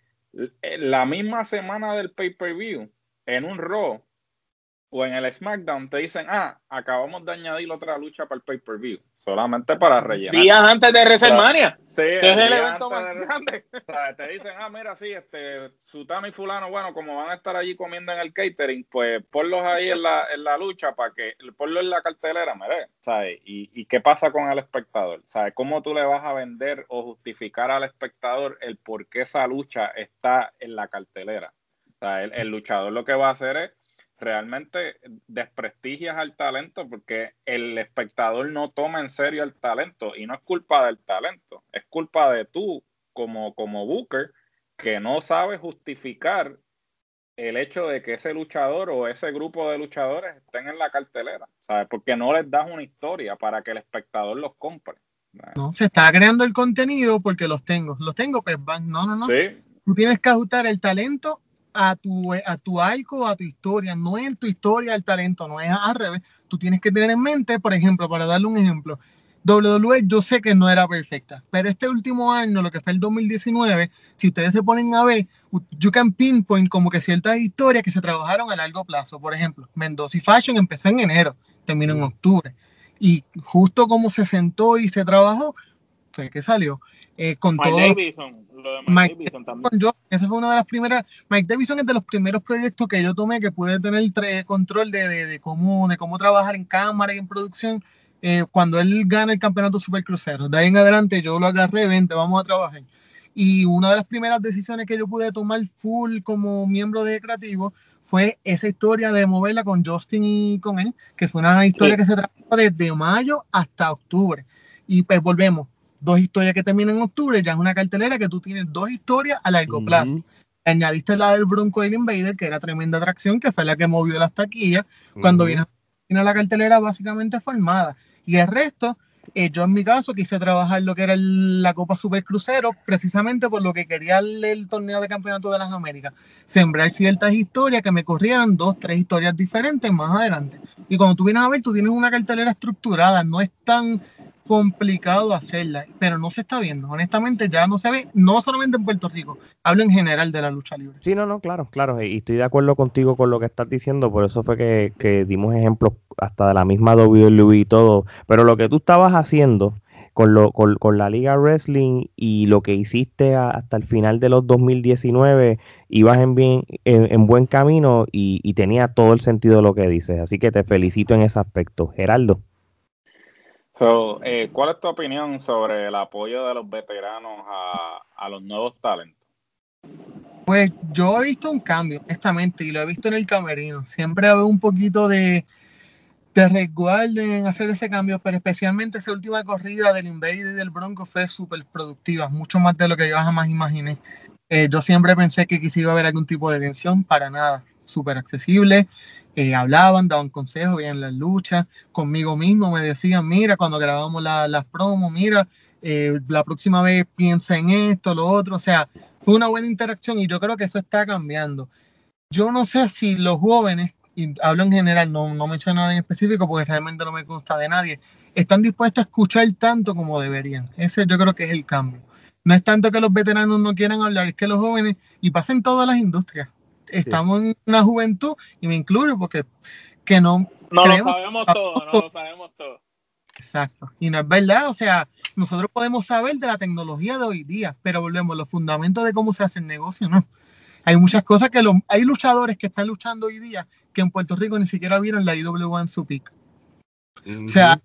la misma semana del pay-per-view, en un Raw o en el SmackDown, te dicen, ah, acabamos de añadir otra lucha para el pay-per-view, solamente para rellenar. Días antes de WrestleMania. Sí, es el evento más de, grande. O sea, te dicen, ah, mira, sí, este, Sutano y fulano, bueno, como van a estar allí comiendo en el catering, pues ponlos ahí en la, en la lucha para que, ponlos en la cartelera, mire, ¿sabes? Y, y qué pasa con el espectador, ¿sabes? ¿Cómo tú le vas a vender o justificar al espectador el por qué esa lucha está en la cartelera? O sea, el, el luchador lo que va a hacer es realmente desprestigias al talento porque el espectador no toma en serio el talento y no es culpa del talento, es culpa de tú como, como booker que no sabe justificar el hecho de que ese luchador o ese grupo de luchadores estén en la cartelera, ¿sabes? Porque no les das una historia para que el espectador los compre. No, se está creando el contenido porque los tengo, los tengo, pues van, no, no, no. Sí. Tú tienes que ajustar el talento a tu, a tu arco, a tu historia, no es tu historia el talento, no es al revés. Tú tienes que tener en mente, por ejemplo, para darle un ejemplo, doble u doble u E yo sé que no era perfecta, pero este último año, lo que fue el dos mil diecinueve, si ustedes se ponen a ver, you can pinpoint como que ciertas historias que se trabajaron a largo plazo. Por ejemplo, Mendoza y Fashion empezó en enero, terminó en octubre, y justo como se sentó y se trabajó, fue que salió. Eh, con Mike todo Davison, lo de Mike, Mike Davison también. Yo, esa fue una de las primeras. Mike Davison es de los primeros proyectos que yo tomé que pude tener tre- control de, de, de, cómo, de cómo trabajar en cámara y en producción eh, cuando él gana el campeonato Supercrucero. De ahí en adelante yo lo agarré, vente, vamos a trabajar. Y una de las primeras decisiones que yo pude tomar full como miembro de creativo fue esa historia de moverla con Justin y con él, que fue una historia sí. que se trabajó desde mayo hasta octubre. Y pues volvemos. Dos historias que terminan en octubre, ya es una cartelera que tú tienes dos historias a largo uh-huh. plazo. Añadiste la del Bronco y el Invader, que era tremenda atracción, que fue la que movió las taquillas. Uh-huh. Cuando viene a la cartelera básicamente formada. Y el resto, eh, yo en mi caso quise trabajar lo que era el, la Copa Super Crucero, precisamente por lo que quería el, el torneo de campeonato de las Américas. Sembrar ciertas historias que me corrieran dos, tres historias diferentes más adelante. Y cuando tú vienes a ver, tú tienes una cartelera estructurada, no es tan complicado hacerla, pero no se está viendo, honestamente ya no se ve, no solamente en Puerto Rico, hablo en general de la lucha libre. Sí, no, no, claro, claro, y estoy de acuerdo contigo con lo que estás diciendo, por eso fue que, que dimos ejemplos hasta de la misma W W E y todo, pero lo que tú estabas haciendo con, lo, con, con la Liga Wrestling y lo que hiciste a, hasta el final de los dos mil diecinueve, ibas en, bien, en, en buen camino y, y tenía todo el sentido de lo que dices. Así que te felicito en ese aspecto. Geraldo. So, eh, ¿cuál es tu opinión sobre el apoyo de los veteranos a, a los nuevos talentos? Pues yo he visto un cambio, honestamente, y lo he visto en el camerino. Siempre veo un poquito de, de resguardo en hacer ese cambio, pero especialmente esa última corrida del Invader y del Bronco fue súper productiva, mucho más de lo que yo jamás imaginé. Eh, yo siempre pensé que quizá iba a haber algún tipo de tensión, para nada, súper accesible. Eh, hablaban, daban consejos, veían las luchas, conmigo mismo me decían, mira, cuando grabamos la, las promos, mira, eh, la próxima vez piensa en esto, lo otro, o sea, fue una buena interacción y yo creo que eso está cambiando. Yo no sé si los jóvenes, y hablo en general, no, no menciono nada en específico porque realmente no me consta de nadie, están dispuestos a escuchar tanto como deberían. Ese yo creo que es el cambio. No es tanto que los veteranos no quieran hablar, es que los jóvenes, y pasa en todas las industrias, estamos sí. en una juventud, y me incluyo porque que no... No lo sabemos todo, no lo sabemos todo. Exacto, y no es verdad, o sea, nosotros podemos saber de la tecnología de hoy día, pero volvemos, los fundamentos de cómo se hace el negocio, no. Hay muchas cosas que los, hay luchadores que están luchando hoy día que en Puerto Rico ni siquiera vieron la I W A en su pick. Mm-hmm. O sea,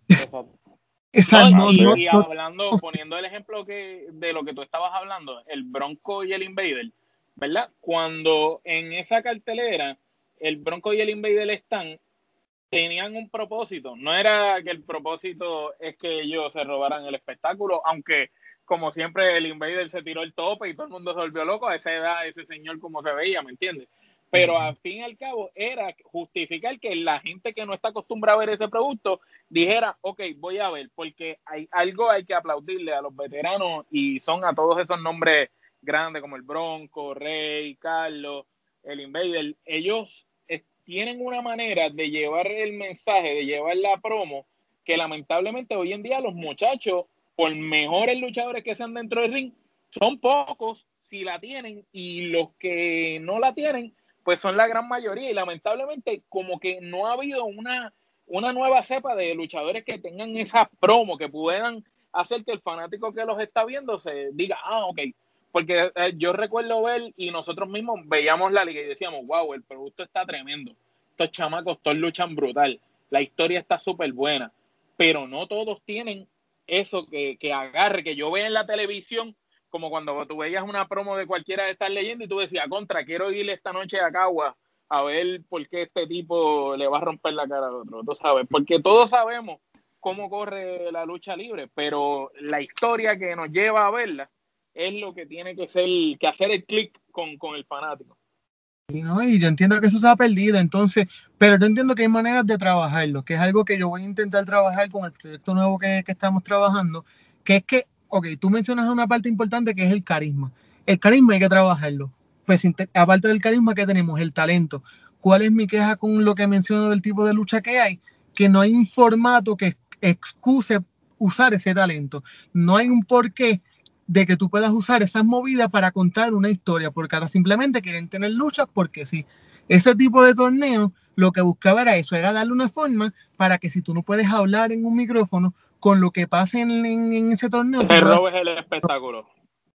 esa, no, no, y, y hablando, no, poniendo el ejemplo que de lo que tú estabas hablando, el Bronco y el Invader, ¿verdad? Cuando en esa cartelera el Bronco y el Invader están, tenían un propósito. No era que el propósito es que ellos se robaran el espectáculo, aunque como siempre el Invader se tiró el tope y todo el mundo se volvió loco a esa edad, ese señor como se veía, ¿me entiendes? Pero al fin y al cabo era justificar que la gente que no está acostumbrada a ver ese producto dijera, ok, voy a ver, porque hay algo hay que aplaudirle a los veteranos y son a todos esos nombres grandes como el Bronco, Rey, Carlos, el Invader. Ellos eh, tienen una manera de llevar el mensaje, de llevar la promo, que lamentablemente hoy en día los muchachos, por mejores luchadores que sean dentro del ring, son pocos si la tienen, y los que no la tienen pues son la gran mayoría, y lamentablemente como que no ha habido una, una nueva cepa de luchadores que tengan esa promo, que puedan hacer que el fanático que los está viendo se diga, ah, ok, porque eh, yo recuerdo ver, y nosotros mismos veíamos la liga y decíamos, wow, el producto está tremendo, estos chamacos todos luchan brutal, la historia está súper buena, pero no todos tienen eso que, que agarre, que yo vea en la televisión, como cuando tú veías una promo de cualquiera de estas leyendas y tú decías, contra, quiero ir esta noche a Cagua a ver por qué este tipo le va a romper la cara al otro, tú sabes, porque todos sabemos cómo corre la lucha libre, pero la historia que nos lleva a verla es lo que tiene que ser, que hacer el clic con, con el fanático. Y, no, y yo entiendo que eso se ha perdido, entonces, pero yo entiendo que hay maneras de trabajarlo, que es algo que yo voy a intentar trabajar con el proyecto nuevo que, que estamos trabajando, que es que, ok, tú mencionas una parte importante que es el carisma. El carisma hay que trabajarlo. Pues aparte del carisma que tenemos, el talento. ¿Cuál es mi queja con lo que menciono del tipo de lucha que hay? Que no hay un formato que excuse usar ese talento. No hay un porqué de que tú puedas usar esas movidas para contar una historia, porque ahora simplemente quieren tener luchas porque sí. Ese tipo de torneo lo que buscaba era eso, era darle una forma para que si tú no puedes hablar en un micrófono, con lo que pase en, en, en ese torneo... Te robes el espectáculo.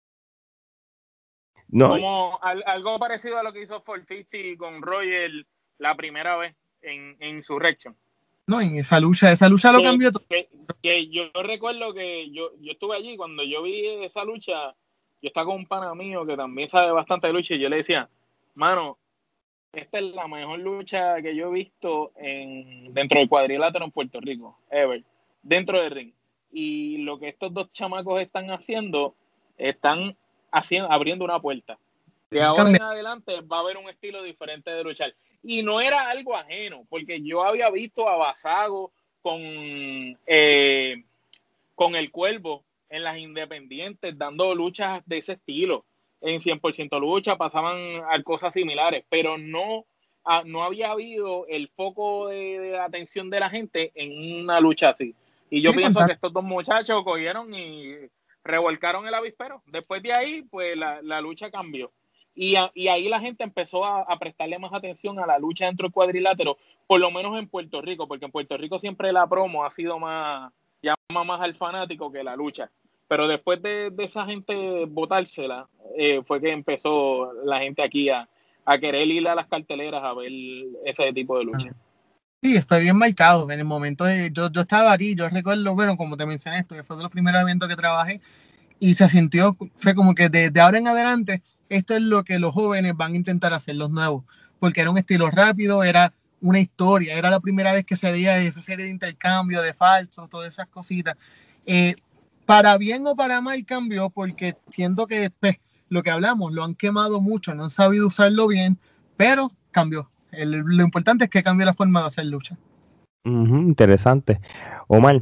No. Como al, algo parecido a lo que hizo cuatrocientos cincuenta con Roger la primera vez en, en Insurrection. No, en esa lucha, esa lucha lo que, cambió todo. Que, que yo recuerdo que yo, yo estuve allí, cuando yo vi esa lucha, yo estaba con un pana mío que también sabe bastante de lucha, y yo le decía, mano, esta es la mejor lucha que yo he visto en, dentro del cuadrilátero en Puerto Rico, ever, dentro del ring. Y lo que estos dos chamacos están haciendo, están haciendo, abriendo una puerta. De ahora en adelante va a haber un estilo diferente de luchar. Y no era algo ajeno, porque yo había visto a Basago con, eh, con el Cuervo en las independientes, dando luchas de ese estilo. En cien por ciento lucha pasaban a cosas similares, pero no, a, no había habido el foco de, de atención de la gente en una lucha así. Y yo sí, pienso que estos dos muchachos cogieron y revolcaron el avispero. Después de ahí, pues la, la lucha cambió. Y, a, y ahí la gente empezó a, a prestarle más atención a la lucha dentro del cuadrilátero, por lo menos en Puerto Rico, porque en Puerto Rico siempre la promo ha sido más, llama más al fanático que la lucha. Pero después de, de esa gente botársela, eh, fue que empezó la gente aquí a, a querer ir a las carteleras a ver ese tipo de lucha. Sí, estoy bien marcado. En el momento de, yo, yo estaba aquí, yo recuerdo, bueno, como te mencioné, esto fue de los primeros eventos que trabajé y se sintió, fue como que de, de ahora en adelante, esto es lo que los jóvenes van a intentar hacer, los nuevos, porque era un estilo rápido, era una historia, era la primera vez que se veía esa serie de intercambio, de falsos, todas esas cositas. Eh, para bien o para mal cambió, porque siento que pues, lo que hablamos, lo han quemado mucho, no han sabido usarlo bien, pero cambió. El, lo importante es que cambie la forma de hacer lucha. Uh-huh, interesante. Omar.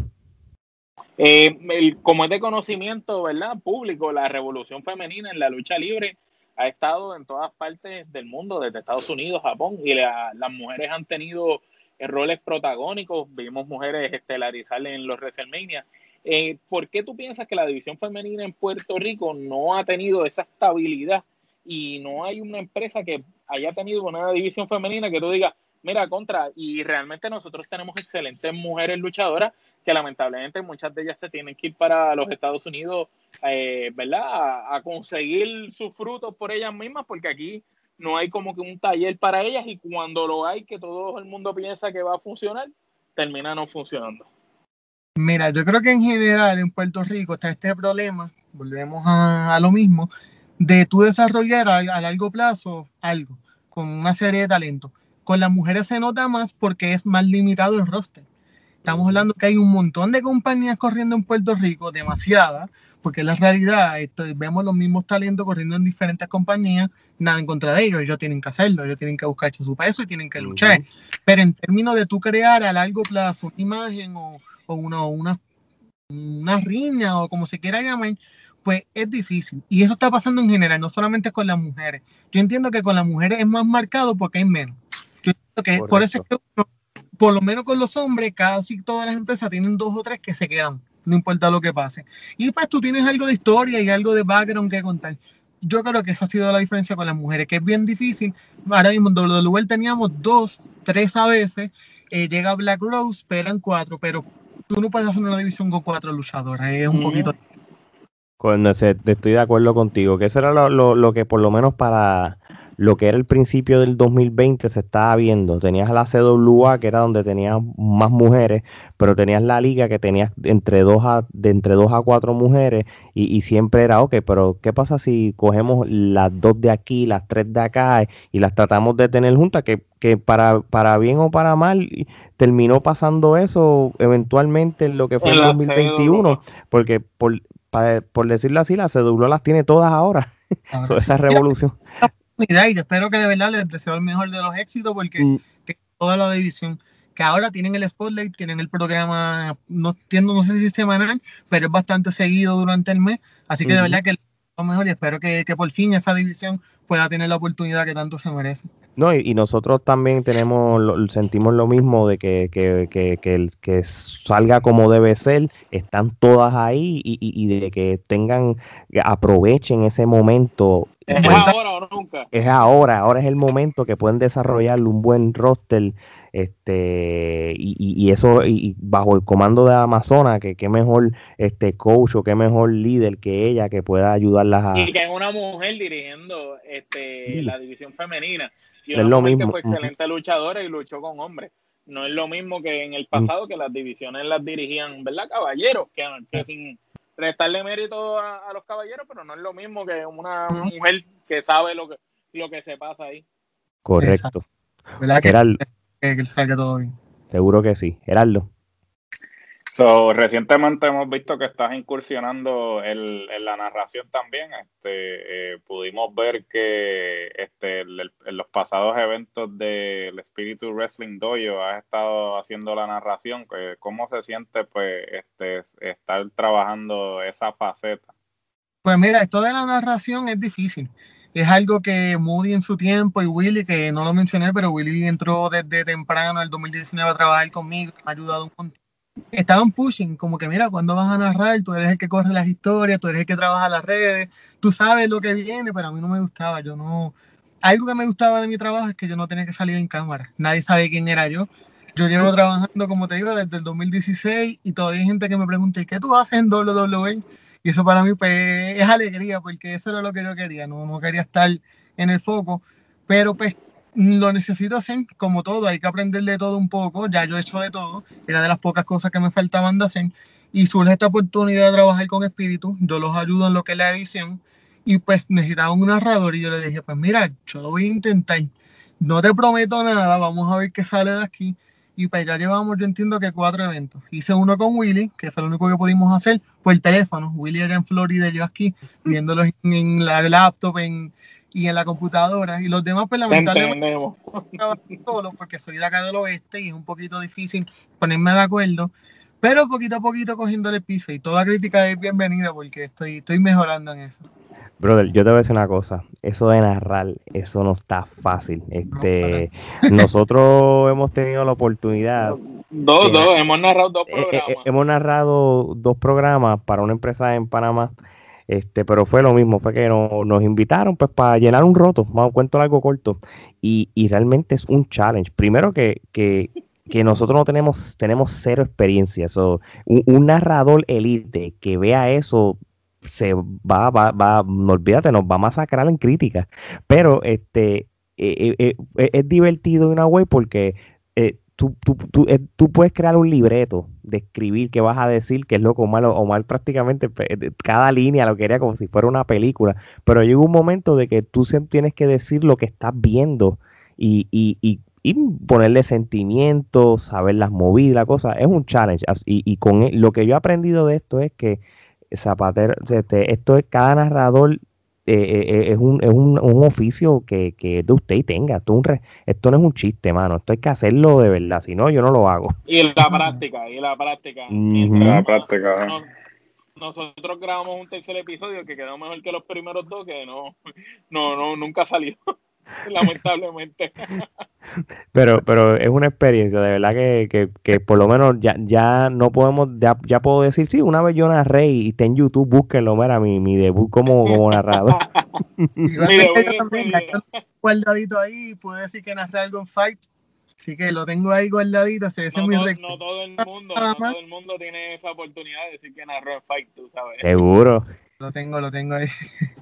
Eh, el, como es de conocimiento, ¿verdad? Público, la revolución femenina en la lucha libre ha estado en todas partes del mundo, desde Estados Unidos, Japón, y la, las mujeres han tenido eh, roles protagónicos. Vimos mujeres estelarizar en los WrestleMania. Eh, ¿Por qué tú piensas que la división femenina en Puerto Rico no ha tenido esa estabilidad y no hay una empresa que haya tenido una división femenina que tú digas, mira, contra, y realmente nosotros tenemos excelentes mujeres luchadoras que lamentablemente muchas de ellas se tienen que ir para los Estados Unidos, eh, ¿verdad? A, a conseguir sus frutos por ellas mismas, porque aquí no hay como que un taller para ellas, y cuando lo hay, que todo el mundo piensa que va a funcionar, termina no funcionando. Mira, yo creo que en general en Puerto Rico está este problema, volvemos a, a lo mismo, de tú desarrollar a, a largo plazo algo, con una serie de talentos. Con las mujeres se nota más porque es más limitado el roster. Estamos hablando que hay un montón de compañías corriendo en Puerto Rico, demasiadas, porque en la realidad esto, vemos los mismos talentos corriendo en diferentes compañías, nada en contra de ellos, ellos tienen que hacerlo, ellos tienen que buscarse su peso y tienen que luchar. Uh-huh. Pero en términos de tú crear a largo plazo una imagen o, o una, una, una riña o como se quiera llamar, pues es difícil. Y eso está pasando en general, no solamente con las mujeres. Yo entiendo que con las mujeres es más marcado porque hay menos. Yo entiendo que por eso es que uno, por lo menos con los hombres, casi todas las empresas tienen dos o tres que se quedan, no importa lo que pase. Y pues tú tienes algo de historia y algo de background que contar. Yo creo que esa ha sido la diferencia con las mujeres, que es bien difícil. Ahora mismo en doble u doble u E teníamos dos, tres a veces, eh, llega Black Rose, pero eran cuatro, pero tú no puedes hacer una división con cuatro luchadoras, es un mm. poquito... Cuando se, estoy de acuerdo contigo, que eso era lo, lo, lo que por lo menos para lo que era el principio del dos mil veinte se estaba viendo. Tenías la C W A, que era donde tenías más mujeres, pero tenías la liga que tenías entre dos a, de entre dos a cuatro mujeres, y, y siempre era, ok, pero ¿qué pasa si cogemos las dos de aquí, las tres de acá, y las tratamos de tener juntas? Que, que para, para bien o para mal terminó pasando eso eventualmente en lo que fue el dos mil veintiuno, porque por, para, por decirlo así, la C W A las tiene todas ahora. ahora so, esa sí. revolución. Y yo espero que de verdad les deseo el mejor de los éxitos, porque mm. que toda la división que ahora tienen el Spotlight, tienen el programa, no entiendo, no sé si es semanal, pero es bastante seguido durante el mes, así que uh-huh. de verdad que lo mejor, y espero que, que por fin esa división pueda tener la oportunidad que tanto se merece. No, y, y nosotros también tenemos, lo, sentimos lo mismo de que, que, que, que, el, que salga como debe ser, están todas ahí, y, y, y de que tengan, aprovechen ese momento. Es ahora o nunca. Es ahora, ahora es el momento que pueden desarrollar un buen roster, este, y, y, y eso, y, y bajo el comando de Amazona, que qué mejor este coach o qué mejor líder que ella que pueda ayudarlas a... Y que es una mujer dirigiendo este sí. la división femenina. Y una es lo mujer mismo. que fue excelente luchadora y luchó con hombres. No es lo mismo que en el pasado, mm. que las divisiones las dirigían, ¿verdad? Caballeros, que, que sin restarle mérito a, a los caballeros, pero no es lo mismo que una mm. mujer que sabe lo que, lo que se pasa ahí. Correcto. ¿Verdad que, que, que salga todo bien? Seguro que sí. Gerardo. So, recientemente hemos visto que estás incursionando en, en la narración también. Este, eh, pudimos ver que este, el, en los pasados eventos del Espíritu Wrestling Dojo has estado haciendo la narración. ¿Cómo se siente pues este, estar trabajando esa faceta? Pues mira, esto de la narración es difícil. Es algo que Moody en su tiempo y Willy, que no lo mencioné, pero Willy entró desde temprano, el dos mil diecinueve, a trabajar conmigo, me ha ayudado un montón. Estaban pushing, como que mira, cuando vas a narrar, tú eres el que corre las historias, tú eres el que trabaja las redes, tú sabes lo que viene, pero a mí no me gustaba, yo no... Algo que me gustaba de mi trabajo es que yo no tenía que salir en cámara, nadie sabe quién era yo, Yo llevo trabajando, como te digo, desde el dos mil dieciséis y todavía hay gente que me pregunta, ¿y qué tú haces en doble u doble u E? Y eso para mí pues, es alegría, porque eso era lo que yo quería, no, no quería estar en el foco, pero pues lo necesito hacer como todo, hay que aprender de todo un poco, ya yo he hecho de todo, era de las pocas cosas que me faltaban de hacer, y surge esta oportunidad de trabajar con Espíritu, yo los ayudo en lo que es la edición, y pues necesitaba un narrador, y yo le dije, pues mira, yo lo voy a intentar, no te prometo nada, vamos a ver qué sale de aquí, y pues ya llevamos, yo entiendo que cuatro eventos. Hice uno con Willy, que fue lo único que pudimos hacer por el teléfono. Willy era en Florida, yo aquí, viéndolo en, en la laptop en, y en la computadora. Y los demás, pues lamentablemente, solo porque soy de acá del oeste y es un poquito difícil ponerme de acuerdo. Pero poquito a poquito cogiendo el piso. Y toda crítica es bienvenida porque estoy, estoy mejorando en eso. Brother, yo te voy a decir una cosa, eso de narrar, eso no está fácil. Este, nosotros hemos tenido la oportunidad. Dos, de, dos, hemos narrado dos programas. Eh, eh, hemos narrado dos programas para una empresa en Panamá, este, pero fue lo mismo, fue que no, nos invitaron pues para llenar un roto, vamos, cuento algo corto, y, y realmente es un challenge. Primero que, que, que nosotros no tenemos, tenemos cero experiencia, so, un, un narrador elite que vea eso se va, va, va, no olvídate, nos va a masacrar en críticas, pero este eh, eh, eh, es divertido en una web porque eh, tú, tú, tú, eh, tú puedes crear un libreto de escribir qué vas a decir, qué es lo que Omar, Omar prácticamente cada línea lo quería como si fuera una película, pero llega un momento de que tú siempre tienes que decir lo que estás viendo y, y, y y ponerle sentimientos, saber las movidas, la cosa, es un challenge, y, y con el, lo que yo he aprendido de esto es que Zapatero, este, esto es cada narrador eh, eh, es, un, es un, un oficio que, que de usted tenga. Esto, un re, esto no es un chiste, mano. Esto hay que hacerlo de verdad. Si no, yo no lo hago. Y la práctica, y la práctica. Mm-hmm. La práctica. Nos, nosotros grabamos un tercer episodio que quedó mejor que los primeros dos, que no, no, no nunca salió. Lamentablemente. Pero, pero es una experiencia, de verdad que, que, que por lo menos ya, ya no podemos, ya, ya puedo decir, sí, una vez yo narré y está en YouTube, búsquenlo, mira, mi, mi debut como, como narrador. Igualmente yo también, guardadito ahí, puedo decir que narré algo en Fight, así que lo tengo ahí guardadito, ese, ese no, es mi todo, récord. no todo el mundo, no todo el mundo tiene esa oportunidad de decir que narró en Fight, tú sabes. Seguro. Lo tengo, lo tengo ahí.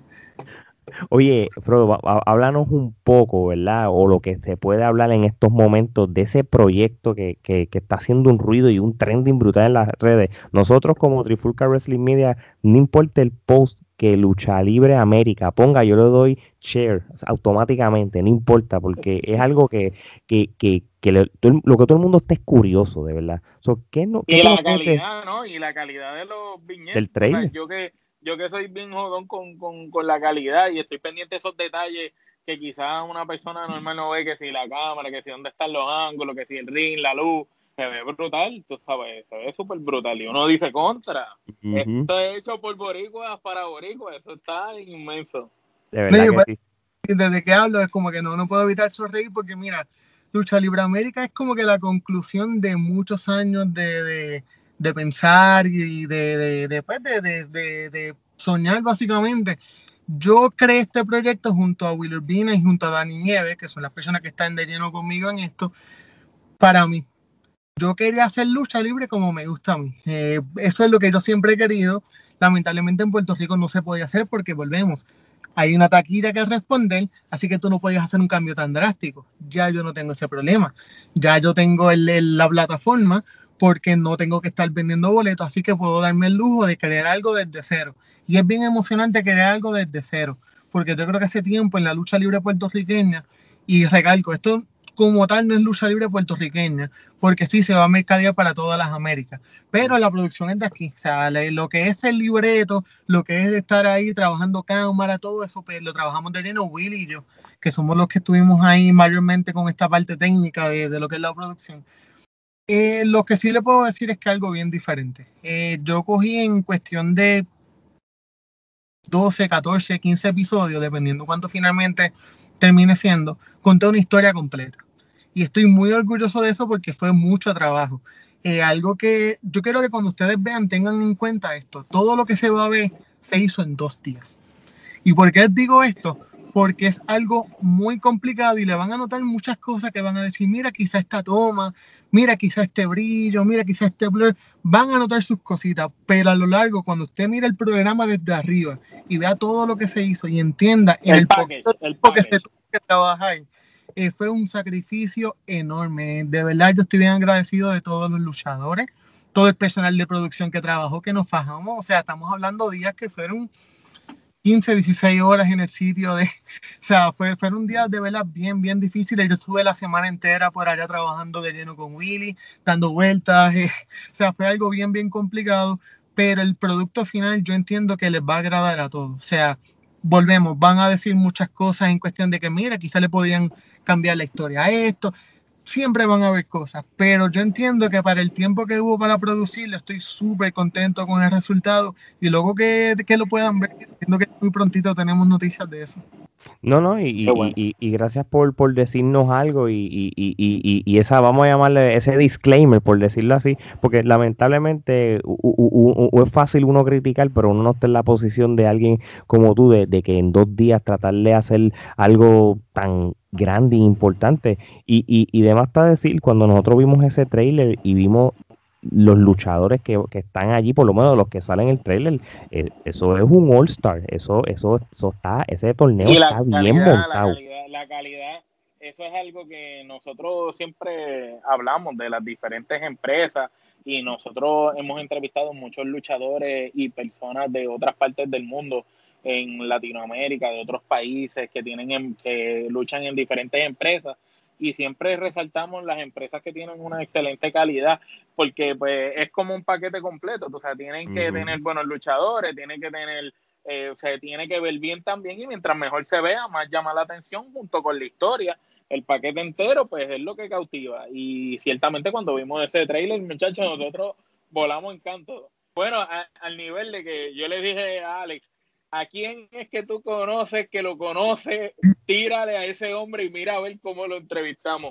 Oye, Frodo, háblanos un poco, ¿verdad? O lo que se puede hablar en estos momentos de ese proyecto que, que, que está haciendo un ruido y un trending brutal en las redes. Nosotros como Trifulca Wrestling Media, no importa el post que Lucha Libre América ponga, yo le doy share automáticamente, no importa, porque es algo que, que, que, que le, lo que todo el mundo está es curioso, de verdad. So, ¿qué no, qué y la calidad, de, ¿no? Y la calidad de los viñetes. Del trailer. O sea, yo que Yo que soy bien jodón con, con, con la calidad y estoy pendiente de esos detalles que quizás una persona normal no ve, que si la cámara, que si dónde están los ángulos, que si el ring, la luz, se ve brutal, tú sabes, se ve súper brutal. Y uno dice contra, uh-huh. Esto es hecho por boricuas para boricuas, eso está inmenso. De verdad sí, que sí. Desde que hablo es como que no, no puedo evitar sonreír porque mira, Lucha Libre América es como que la conclusión de muchos años de... de de pensar y de, de, de, pues de, de, de, de soñar básicamente. Yo creé este proyecto junto a Will Urbina y junto a Dani Nieves, que son las personas que están de lleno conmigo en esto, para mí. Yo quería hacer lucha libre como me gusta a mí. Eh, eso es lo que yo siempre he querido. Lamentablemente en Puerto Rico no se podía hacer porque volvemos. Hay una taquilla que responder, así que tú no podías hacer un cambio tan drástico. Ya yo no tengo ese problema. Ya yo tengo el, el, la plataforma porque no tengo que estar vendiendo boletos, así que puedo darme el lujo de crear algo desde cero. Y es bien emocionante crear algo desde cero, porque yo creo que hace tiempo en la lucha libre puertorriqueña, y recalco, esto como tal no es lucha libre puertorriqueña, porque sí se va a mercadear para todas las Américas, pero la producción es de aquí, o sea, lo que es el libreto, lo que es estar ahí trabajando cámara, todo eso, pues lo trabajamos de lleno Willy y yo, que somos los que estuvimos ahí mayormente con esta parte técnica de, de lo que es la producción. Eh, lo que sí le puedo decir es que algo bien diferente. Eh, yo cogí en cuestión de doce, catorce, quince episodios, dependiendo cuánto finalmente termine siendo, conté una historia completa. Y estoy muy orgulloso de eso porque fue mucho trabajo. Eh, algo que yo quiero que cuando ustedes vean tengan en cuenta esto. Todo lo que se va a ver se hizo en dos días. ¿Y por qué les digo esto? porque es algo muy complicado y le van a notar muchas cosas que van a decir, mira quizá esta toma, mira quizá este brillo, mira quizá este blur, van a notar sus cositas, pero a lo largo, cuando usted mira el programa desde arriba y vea todo lo que se hizo y entienda en El el package, el poco que package. se tuvo que trabajar, eh, fue un sacrificio enorme. De verdad, yo estoy bien agradecido de todos los luchadores, todo el personal de producción que trabajó, que nos fajamos, o sea, estamos hablando de días que fueron quince, dieciséis horas en el sitio, de, o sea, fue, fueron días de verdad bien, bien difíciles. Yo estuve la semana entera por allá trabajando de lleno con Willy, dando vueltas, eh, o sea, fue algo bien, bien complicado, pero el producto final yo entiendo que les va a agradar a todos. O sea, volvemos, van a decir muchas cosas en cuestión de que, mira, quizá le podían cambiar la historia a esto, siempre van a haber cosas, pero yo entiendo que para el tiempo que hubo para producirlo, estoy súper contento con el resultado y luego que, que lo puedan ver, entiendo que muy prontito tenemos noticias de eso. No, no, y, y, bueno. y, y gracias por, por decirnos algo y, y, y, y, y esa, vamos a llamarle ese disclaimer, por decirlo así, porque lamentablemente u, u, u, es fácil uno criticar, pero uno no está en la posición de alguien como tú, de, de que en dos días tratar de hacer algo tan grande e importante. Y, y, y demás está decir, cuando nosotros vimos ese trailer y vimos los luchadores que, que están allí, por lo menos los que salen en el trailer, eh, eso es un all-star, eso, eso, eso está, ese torneo Y la está bien calidad, montado. La calidad, la calidad, eso es algo que nosotros siempre hablamos de las diferentes empresas y nosotros hemos entrevistado muchos luchadores y personas de otras partes del mundo, en Latinoamérica, de otros países que tienen que luchan en diferentes empresas. Y siempre resaltamos las empresas que tienen una excelente calidad, porque pues es como un paquete completo, o sea, tienen que uh-huh. tener buenos luchadores, tienen que tener, eh, o sea, tiene que ver bien también, y mientras mejor se vea, más llama la atención junto con la historia. El paquete entero, pues es lo que cautiva. Y ciertamente cuando vimos ese trailer, muchachos, nosotros volamos en canto. Bueno, a, al nivel de que yo le dije a Alex, ¿a quién es que tú conoces que lo conoce? Tírale a ese hombre y mira a ver cómo lo entrevistamos.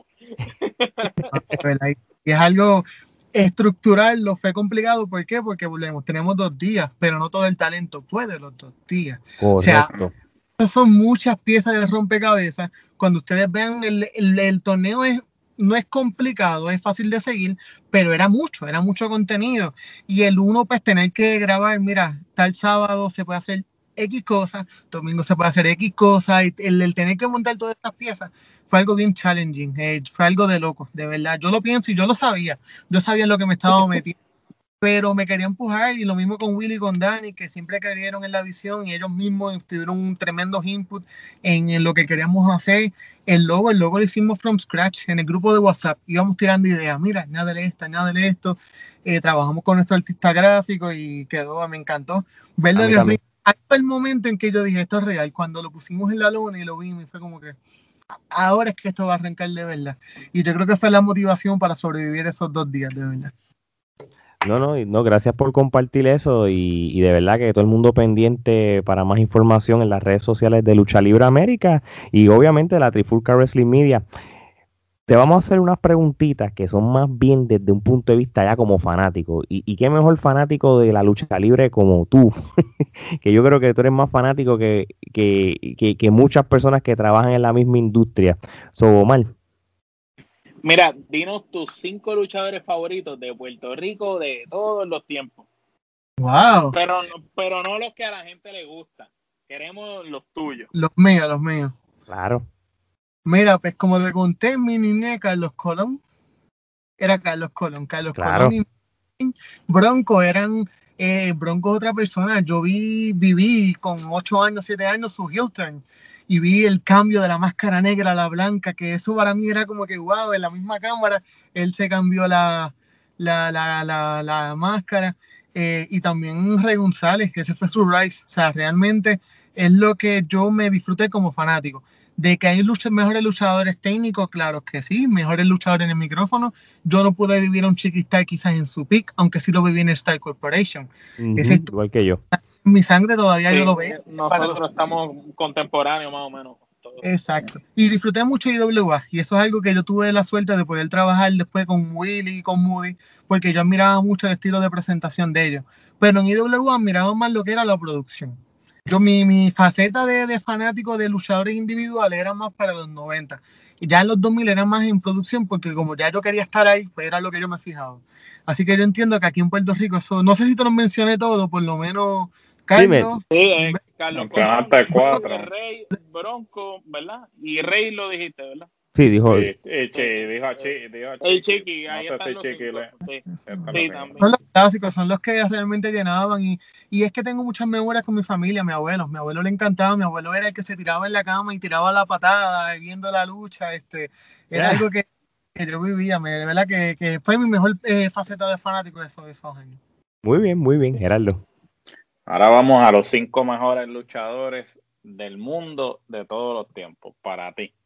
Y es algo estructural, lo fue complicado. ¿Por qué? Porque volvemos, tenemos dos días, pero no todo el talento puede los dos días. Correcto. O sea, son muchas piezas de rompecabezas. Cuando ustedes vean el, el, el torneo es, no es complicado, es fácil de seguir, pero era mucho, era mucho contenido. Y el uno, pues tener que grabar, mira, tal sábado se puede hacer X cosas, domingo se puede hacer X cosas, y el, el tener que montar todas estas piezas fue algo bien challenging, eh, fue algo de loco, de verdad. Yo lo pienso y yo lo sabía, yo sabía en lo que me estaba metiendo, pero me quería empujar, y lo mismo con Willy y con Dani, que siempre creyeron en la visión y ellos mismos tuvieron un tremendo input en, en lo que queríamos hacer. El logo, el logo lo hicimos from scratch en el grupo de WhatsApp, íbamos tirando ideas, mira, añádele esto, añádele esto, eh, trabajamos con nuestro artista gráfico y quedó, me encantó verlo en el ring. Hasta el momento en que yo dije, esto es real, cuando lo pusimos en la lona y lo vimos, y fue como que ahora es que esto va a arrancar de verdad. Y yo creo que fue la motivación para sobrevivir esos dos días, de verdad. No, no, no, gracias por compartir eso y, y de verdad que todo el mundo pendiente para más información en las redes sociales de Lucha Libre América y obviamente la Trifulca Wrestling Media. Te vamos a hacer unas preguntitas que son más bien desde un punto de vista ya como fanático. Y, y qué mejor fanático de la lucha libre como tú, que yo creo que tú eres más fanático que, que, que, que muchas personas que trabajan en la misma industria. So, Omar. Mira, dinos tus cinco luchadores favoritos de Puerto Rico de todos los tiempos. Wow. Pero, pero no los que a la gente le gusta. Queremos los tuyos. Los míos, los míos. Claro. Mira, pues como te conté en mi niñez, Carlos Colón era Carlos Colón. Carlos claro. Colón y Bronco eran, eh, Bronco es otra persona. Yo vi, viví con ocho años, siete años su heel turn y vi el cambio de la máscara negra a la blanca, que eso para mí era como que wow, en la misma cámara él se cambió la, la, la, la, la máscara. Eh, y también Rey González, ese fue su rise. O sea, realmente es lo que yo me disfruté como fanático. De que hay lucha, mejores luchadores técnicos, claro que sí, mejores luchadores en el micrófono. Yo no pude vivir a un Chiquistar quizás en su peak, aunque sí lo viví en Star Corporation. Uh-huh, Ese igual que yo. Mi sangre todavía sí, yo lo veo. Nosotros para... estamos contemporáneos más o menos. Todos. Exacto. Y disfruté mucho de I W A, y eso es algo que yo tuve la suerte de poder trabajar después con Willy y con Moody, porque yo admiraba mucho el estilo de presentación de ellos. Pero en I W A admiraba más lo que era la producción. yo mi, mi faceta de, de fanático de luchadores individuales era más para los noventa. Y ya en los dos mil era más en producción, porque como ya yo quería estar ahí, pues era lo que yo me fijaba. Así que yo entiendo que aquí en Puerto Rico, eso, no sé si te lo mencioné todo, por lo menos Carlos. Sí, eh, Carlos Colón, cuatro. Rey, Bronco, ¿verdad? Y Rey lo dijiste, ¿verdad? Sí, dijo. Sí, eh, che, dijo a Chiqui. Dijo a Chiqui. El Chiqui, ahí no sé si Chiqui le... Sí, sí, también. Son los clásicos, son los que realmente llenaban. Y, y es que tengo muchas memorias con mi familia, mi abuelo. Mi abuelo le encantaba, mi abuelo era el que se tiraba en la cama y tiraba la patada viendo la lucha. Este, era yeah. algo que, que yo vivía. Me, de verdad que, que fue mi mejor eh, faceta de fanático de esos, de esos años. Muy bien, muy bien, Gerardo. Ahora vamos a los cinco mejores luchadores del mundo de todos los tiempos, para ti.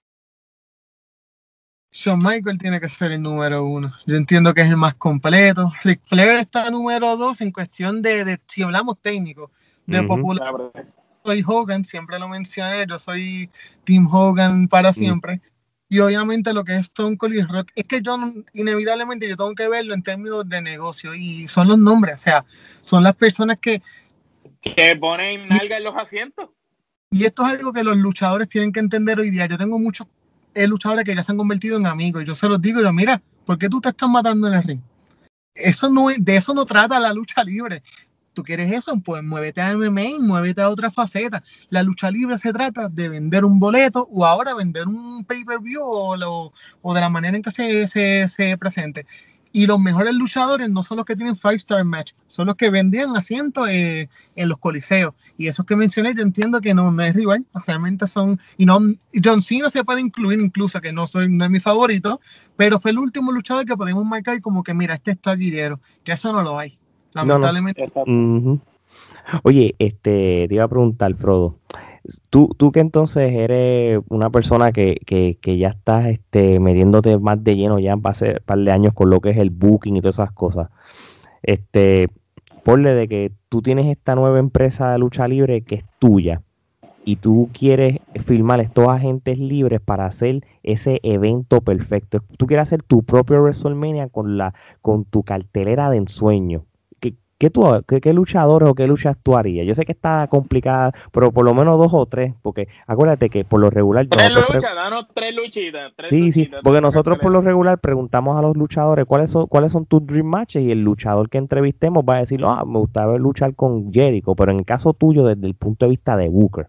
Shawn Michaels tiene que ser el número uno. Yo entiendo que es el más completo. Ric Flair está número dos en cuestión de, de si hablamos técnico, de uh-huh. popular. Soy Hogan, siempre lo mencioné, yo soy Team Hogan para siempre. Uh-huh. Y obviamente lo que es Stone Cold y Rock, es que yo inevitablemente yo tengo que verlo en términos de negocio. Y son los nombres, o sea, son las personas que... Que ponen nalga en los asientos. Y esto es algo que los luchadores tienen que entender hoy día. Yo tengo muchos eh, luchadores que ya se han convertido en amigos. Y yo se los digo, y yo, mira, ¿por qué tú te estás matando en el ring? Eso no es, de eso no trata la lucha libre. ¿Tú quieres eso? Pues muévete a M M A, muévete a otra faceta. La lucha libre se trata de vender un boleto o ahora vender un pay-per-view o, lo, o de la manera en que se, se, se presente. Y los mejores luchadores no son los que tienen five star match, son los que vendían asientos eh, en los coliseos. Y esos que mencioné, yo entiendo que no, no es rival, realmente son... Y no, John Cena se puede incluir incluso, que no, soy, no es mi favorito, pero fue el último luchador que podemos marcar como que, mira, este está taquillero, que eso no lo hay. Lamentablemente. No, no. Uh-huh. Oye, este, te iba a preguntar, Frodo, tú, tú que entonces eres una persona que, que, que ya estás este, metiéndote más de lleno ya hace un par de años con lo que es el booking y todas esas cosas, este, ponle de que tú tienes esta nueva empresa de lucha libre que es tuya y tú quieres firmar estos agentes libres para hacer ese evento perfecto. Tú quieres hacer tu propio WrestleMania con, la, con tu cartelera de ensueño. ¿Qué, tú, qué, ¿Qué luchadores o qué luchas tú harías? Yo sé que está complicada, pero por lo menos dos o tres, porque acuérdate que por lo regular... Tres luchas, pre- danos tres luchitas. Tres sí, luchitas, sí, porque nosotros por lo regular preguntamos a los luchadores cuáles son, cuáles son tus dream matches y el luchador que entrevistemos va a decir, ah, me gustaría luchar con Jericho, pero en el caso tuyo desde el punto de vista de Booker.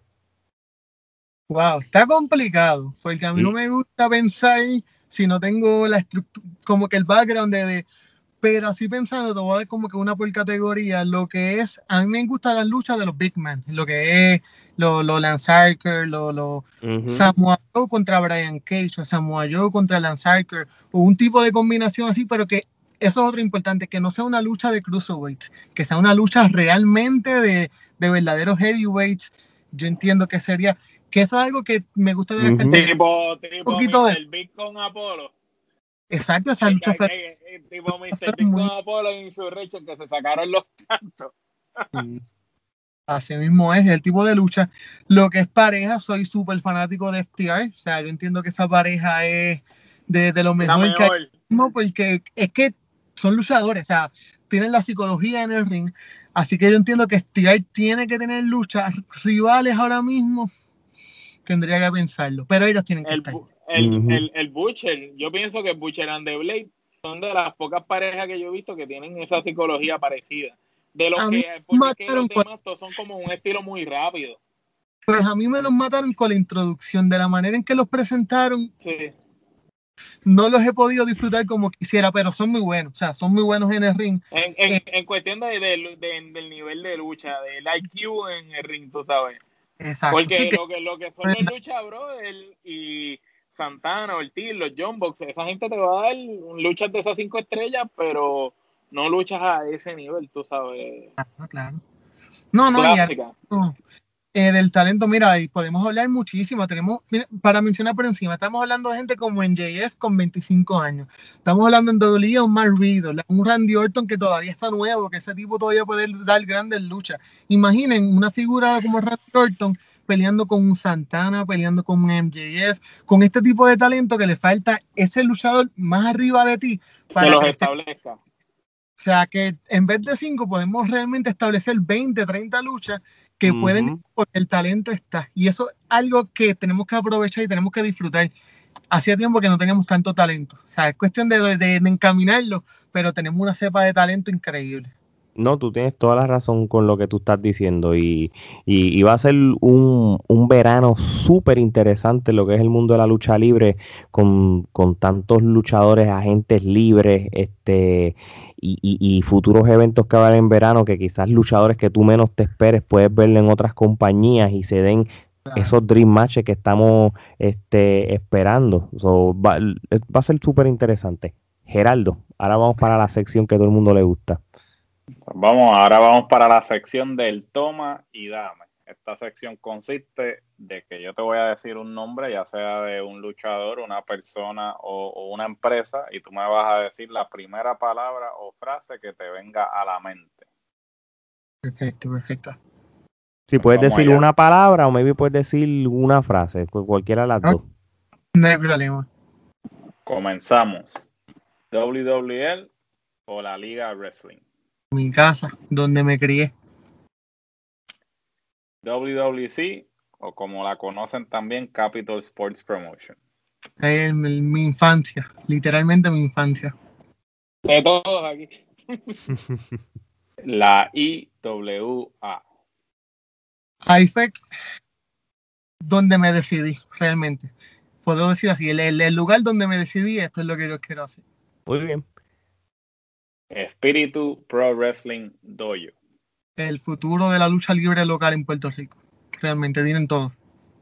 Wow, está complicado, porque a mí sí. no me gusta pensar si no tengo la estructura, como que el background de... de pero así pensando, te voy a dar como que una por categoría, lo que es, a mí me gustan las luchas de los big men, lo que es lo, lo Lance Archer, lo, lo uh-huh. Samoa Joe contra Brian Cage, o Samoa Joe contra Lance Archer, o un tipo de combinación así, pero que eso es otro importante, que no sea una lucha de cruiserweights, que sea una lucha realmente de, de verdaderos heavyweights. Yo entiendo que sería, que eso es algo que me gusta de la uh-huh. cartera. Tipo, tipo mister de... Big con Apolo. Exacto, esa que, lucha que, que, que, tipo mister Big con Apolo y Insurrection que se sacaron los cantos. Sí. Así mismo es, el tipo de lucha. Lo que es pareja, soy súper fanático de F T R. O sea, yo entiendo que esa pareja es de, de lo mejor, mejor. que hay. No, porque es que son luchadores, o sea, tienen la psicología en el ring. Así que yo entiendo que F T R tiene que tener luchas rivales ahora mismo. Tendría que pensarlo, pero ellos tienen que el, estar. El, uh-huh. el, el Butcher, yo pienso que Butcher and the Blade son de las pocas parejas que yo he visto que tienen esa psicología parecida. De los a que, porque los demás con... son como un estilo muy rápido. Pues a mí me los mataron con la introducción, de la manera en que los presentaron. Sí. No los he podido disfrutar como quisiera, pero son muy buenos, o sea, son muy buenos en el ring. En, en, eh, en cuestión de, de, de, del nivel de lucha, del I Q en el ring, tú sabes. Exacto. Porque sí que... lo, que, lo que son los lucha brother y Santana, Ortiz, los John Box, esa gente te va a dar luchas de esas cinco estrellas, pero no luchas a ese nivel, tú sabes. Claro, claro. No, no, ya, no. Eh, del talento, mira, y podemos hablar muchísimo. Tenemos, mira, para mencionar por encima, estamos hablando de gente como en J F con veinticinco años. Estamos hablando en W W E, un Mark Riddle, un Randy Orton que todavía está nuevo, que ese tipo todavía puede dar grandes luchas. Imaginen una figura como Randy Orton peleando con un Santana, peleando con un M J F, con este tipo de talento que le falta ese luchador más arriba de ti para que los que establezca. O sea, que en vez de cinco podemos realmente establecer veinte, treinta luchas que Ujú. pueden, porque el talento está. Y eso es algo que tenemos que aprovechar y tenemos que disfrutar. Hacía tiempo que no teníamos tanto talento. O sea, es cuestión de, de, de encaminarlo, pero tenemos una cepa de talento increíble. No, tú tienes toda la razón con lo que tú estás diciendo y, y, y va a ser un, un verano súper interesante lo que es el mundo de la lucha libre con, con tantos luchadores, agentes libres, este y, y, y futuros eventos que van en verano que quizás luchadores que tú menos te esperes puedes verlo en otras compañías y se den esos dream matches que estamos este, esperando. So, va, va a ser súper interesante. Geraldo, ahora vamos para la sección que a todo el mundo le gusta. Vamos, ahora vamos para la sección del toma y dame. Esta sección consiste de que yo te voy a decir un nombre, ya sea de un luchador, una persona o, o una empresa, y tú me vas a decir la primera palabra o frase que te venga a la mente. Perfecto, perfecto. Si puedes Vamos decir allá. una palabra o maybe puedes decir una frase, cu- cualquiera de las No. dos. No hay problema. Comenzamos. W W L o la Liga Wrestling. Mi casa, donde me crié. W W C o como la conocen también, Capital Sports Promotion. Es mi, mi infancia, literalmente mi infancia. De todos aquí. La I W A. Ahí fue donde me decidí, realmente. Puedo decir así, el, el, el lugar donde me decidí, esto es lo que yo quiero hacer. Muy bien. Espíritu Pro Wrestling Dojo. El futuro de la lucha libre local en Puerto Rico. Realmente tienen todo.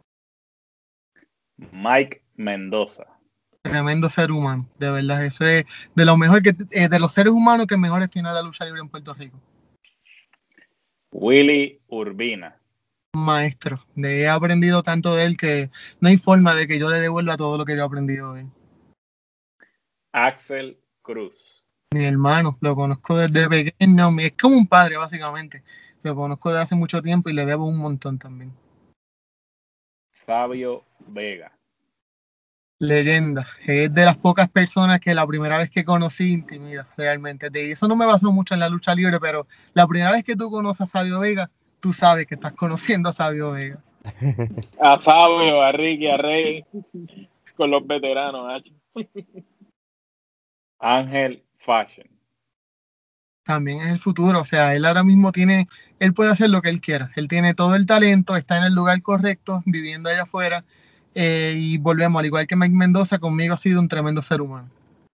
Mike Mendoza. Tremendo ser humano, de verdad. Eso es de lo mejor que eh, de los seres humanos que mejores tiene la lucha libre en Puerto Rico. Willy Urbina. Maestro, de, he aprendido tanto de él que no hay forma de que yo le devuelva todo lo que yo he aprendido de él. Axel Cruz. Mi hermano, lo conozco desde pequeño, es como un padre básicamente. Lo conozco desde hace mucho tiempo y le debo un montón también. Sabio Vega. Leyenda, es de las pocas personas que la primera vez que conocí intimida, realmente. De eso no me basó mucho en la lucha libre, pero la primera vez que tú conoces a Sabio Vega, tú sabes que estás conociendo a Sabio Vega. A Sabio, a Ricky, a Rey, con los veteranos. H. Ángel Fashion. También es el futuro, o sea, él ahora mismo tiene, él puede hacer lo que él quiera, él tiene todo el talento, está en el lugar correcto, viviendo allá afuera, eh, y volvemos, al igual que Mike Mendoza, conmigo ha sido un tremendo ser humano.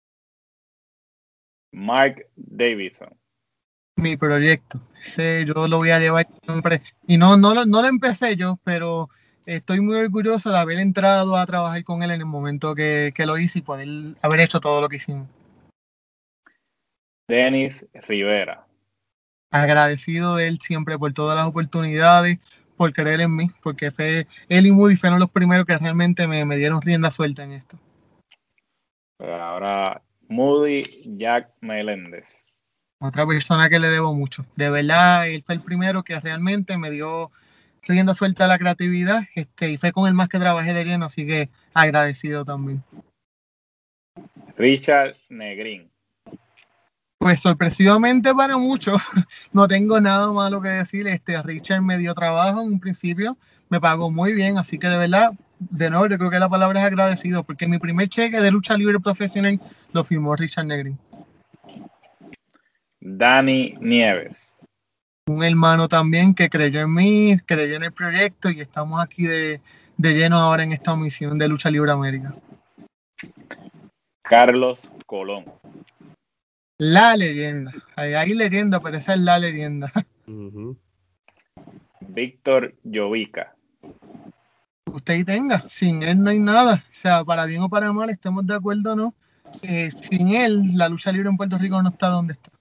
Mark Davidson. Mi proyecto, ese yo lo voy a llevar siempre, y no, no, lo- no lo empecé yo, pero estoy muy orgulloso de haber entrado a trabajar con él en el momento que, que lo hice y poder haber hecho todo lo que hicimos. Denis Rivera. Agradecido de él siempre por todas las oportunidades, por creer en mí, porque fue, él y Moody fueron los primeros que realmente me, me dieron rienda suelta en esto. Ahora Moody Jack Meléndez. Otra persona que le debo mucho. De verdad, él fue el primero que realmente me dio rienda suelta a la creatividad, este, y fue con el más que trabajé de lleno, así que agradecido también. Richard Negrín. Pues sorpresivamente para muchos, no tengo nada malo que decir. Este, Richard me dio trabajo en un principio, me pagó muy bien, así que de verdad, de nuevo, yo creo que la palabra es agradecido, porque mi primer cheque de lucha libre profesional lo firmó Richard Negrín. Dani Nieves. Un hermano también que creyó en mí, creyó en el proyecto y estamos aquí de, de lleno ahora en esta misión de Lucha Libre América. Carlos Colón. La leyenda. Hay, hay leyenda, pero esa es la leyenda. Uh-huh. Víctor Llovica. Usted y tenga, sin él no hay nada. O sea, para bien o para mal, estemos de acuerdo o no. Eh, sin él, la lucha libre en Puerto Rico no está donde está.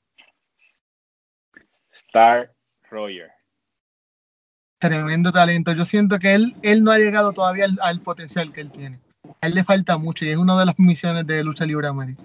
Star Roger. Tremendo talento. Yo siento que él, él no ha llegado todavía al, al potencial que él tiene. A él le falta mucho y es una de las misiones de Lucha Libre América.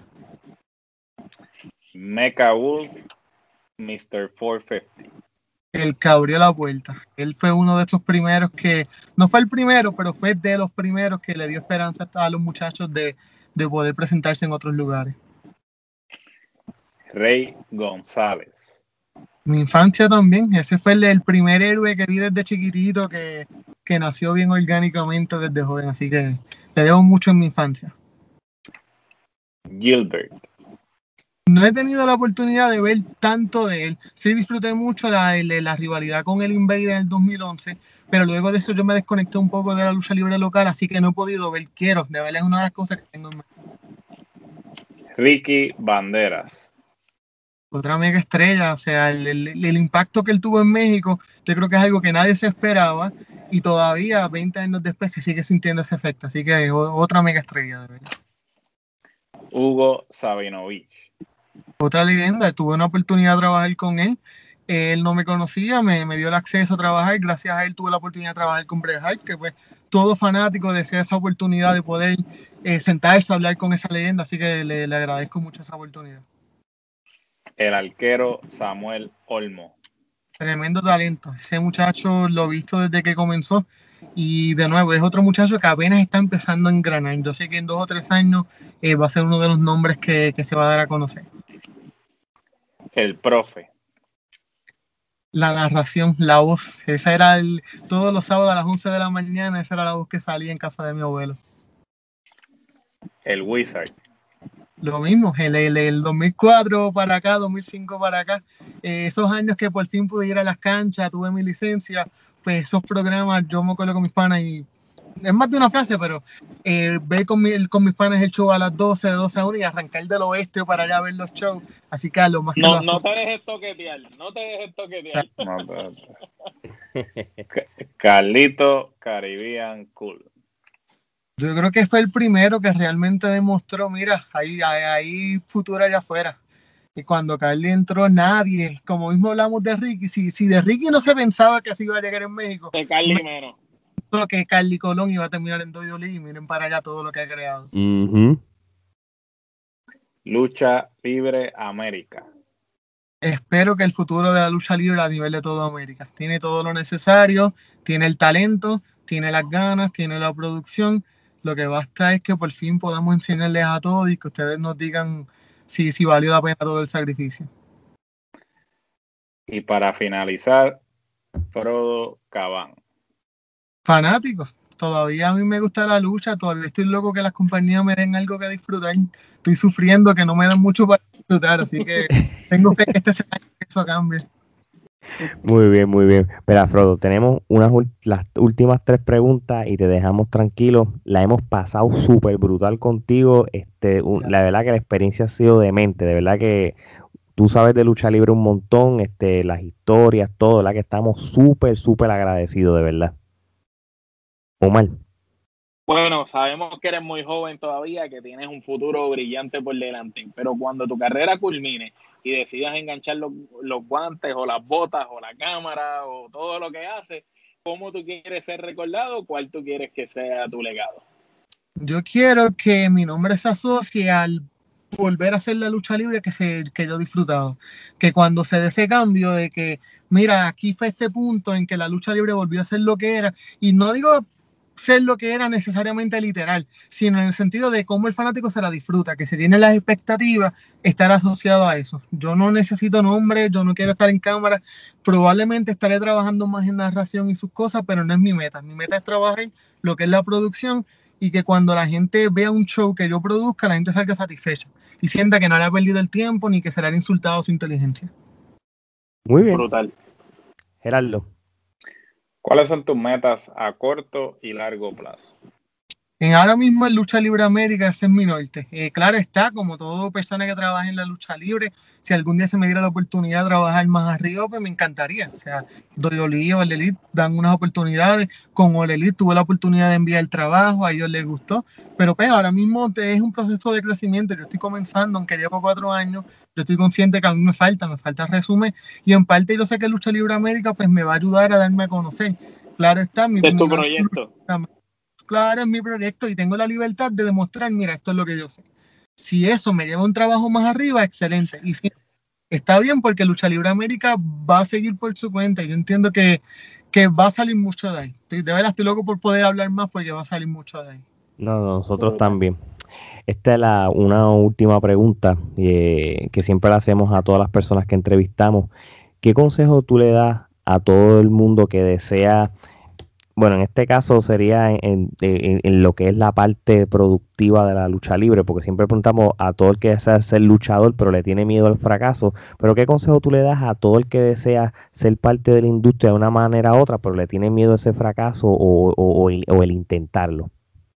Mecha Wolf. mister cuatrocientos cincuenta. El que abrió la puerta. Él fue uno de esos primeros que, no fue el primero, pero fue de los primeros que le dio esperanza a los muchachos de, de poder presentarse en otros lugares. Rey González. Mi infancia también, ese fue el, el primer héroe que vi desde chiquitito, que, que nació bien orgánicamente desde joven, así que le debo mucho en mi infancia. Gilbert. No he tenido la oportunidad de ver tanto de él. Sí disfruté mucho la, la, la rivalidad con el Invader en el dos mil once, pero luego de eso yo me desconecté un poco de la lucha libre local, así que no he podido ver. Quiero, de verdad es una de las cosas que tengo en mente. Ricky Banderas. Otra mega estrella, o sea, el, el, el impacto que él tuvo en México, yo creo que es algo que nadie se esperaba y todavía veinte años después se sigue sintiendo ese efecto, así que o, otra mega estrella, de verdad. Hugo Sabinovich. Otra leyenda, tuve una oportunidad de trabajar con él, él no me conocía, me, me dio el acceso a trabajar, gracias a él tuve la oportunidad de trabajar con Bret Hart, que pues todo fanático desea esa oportunidad de poder eh, sentarse a hablar con esa leyenda, así que le, le agradezco mucho esa oportunidad. El arquero Samuel Olmo. Tremendo talento. Ese muchacho lo he visto desde que comenzó y de nuevo es otro muchacho que apenas está empezando a engranar. Yo sé que en dos o tres años eh, va a ser uno de los nombres que, que se va a dar a conocer. El profe. La narración, la voz. Esa era el, todos los sábados a las once de la mañana, esa era la voz que salía en casa de mi abuelo. El Wizard. Lo mismo, el, el, el dos mil cuatro para acá, dos mil cinco para acá, eh, esos años que por fin pude ir a las canchas, tuve mi licencia, pues esos programas, yo me acuerdo con mis panas y es más de una frase, pero eh, ver con, mi, con mis panas el show a las doce, de doce a una y arrancar del oeste para allá a ver los shows, así que lo más que No, lo no te dejes toquetear, no te dejes toquetear. No te... Carlito Caribbean Cool. Yo creo que fue el primero que realmente demostró, mira, ahí hay, hay futuro allá afuera. Y cuando Carly entró, nadie, como mismo hablamos de Ricky, si, si de Ricky no se pensaba que así iba a llegar en México, de Carly me, menos. Que Carly Colón iba a terminar en doble u doble u E y miren para allá todo lo que ha creado. Uh-huh. Lucha Libre América. Espero que el futuro de la lucha libre a nivel de toda América. Tiene todo lo necesario, tiene el talento, tiene las ganas, tiene la producción. Lo que basta es que por fin podamos enseñarles a todos y que ustedes nos digan si, si valió la pena todo el sacrificio. Y para finalizar, Frodo Cabán. Fanáticos. Todavía a mí me gusta la lucha, todavía estoy loco que las compañías me den algo que disfrutar. Estoy sufriendo que no me dan mucho para disfrutar, así que tengo fe que este sea que eso cambie. Muy bien, muy bien. Mira, Frodo, tenemos unas las últimas tres preguntas y te dejamos tranquilo. La hemos pasado súper brutal contigo. Este, un, la verdad que la experiencia ha sido demente. De verdad que tú sabes de lucha libre un montón, este, las historias, todo, ¿verdad? Que estamos súper, súper agradecidos, de verdad. Omar. Bueno, sabemos que eres muy joven todavía, que tienes un futuro brillante por delante, pero cuando tu carrera culmine y decidas enganchar los, los guantes o las botas o la cámara o todo lo que haces, ¿cómo tú quieres ser recordado? ¿Cuál tú quieres que sea tu legado? Yo quiero que mi nombre se asocie al volver a hacer la lucha libre que, se, que yo he disfrutado. Que cuando se dé ese cambio de que, mira, aquí fue este punto en que la lucha libre volvió a ser lo que era, y no digo ser lo que era necesariamente literal, sino en el sentido de cómo el fanático se la disfruta, que se tiene las expectativas, estar asociado a eso. Yo no necesito nombre, yo no quiero estar en cámara, probablemente estaré trabajando más en narración y sus cosas, pero no es mi meta. Mi meta es trabajar lo que es la producción y que cuando la gente vea un show que yo produzca, la gente salga satisfecha y sienta que no le ha perdido el tiempo ni que se le ha insultado su inteligencia. Muy bien. Brutal. Gerardo. ¿Cuáles son tus metas a corto y largo plazo? En ahora mismo en Lucha Libre América, ese es mi norte. Eh, claro está, como toda persona que trabaja en la lucha libre, si algún día se me diera la oportunidad de trabajar más arriba, pues me encantaría. O sea, doble u doble u E o All Elite dan unas oportunidades. Con All Elite tuve la oportunidad de enviar el trabajo, a ellos les gustó. Pero pues ahora mismo es un proceso de crecimiento. Yo estoy comenzando, aunque llevo cuatro años, yo estoy consciente que a mí me falta, me falta resumen. Y en parte yo sé que Lucha Libre América pues me va a ayudar a darme a conocer. Claro está. Mi, ¿Es tu mi proyecto? Claro, es mi proyecto y tengo la libertad de demostrar, mira, esto es lo que yo sé. Si eso me lleva a un trabajo más arriba, excelente. Y si está bien, porque Lucha Libre América va a seguir por su cuenta. Yo entiendo que, que va a salir mucho de ahí. De verdad estoy loco por poder hablar más porque va a salir mucho de ahí. No, nosotros también. Esta es la, una última pregunta eh, que siempre la hacemos a todas las personas que entrevistamos. ¿qué consejo tú le das a todo el mundo que desea, bueno, en este caso sería en, en, en lo que es la parte productiva de la lucha libre, porque siempre preguntamos a todo el que desea ser luchador, pero le tiene miedo al fracaso, pero ¿qué consejo tú le das a todo el que desea ser parte de la industria de una manera u otra, pero le tiene miedo a ese fracaso o, o, o, el, o el intentarlo?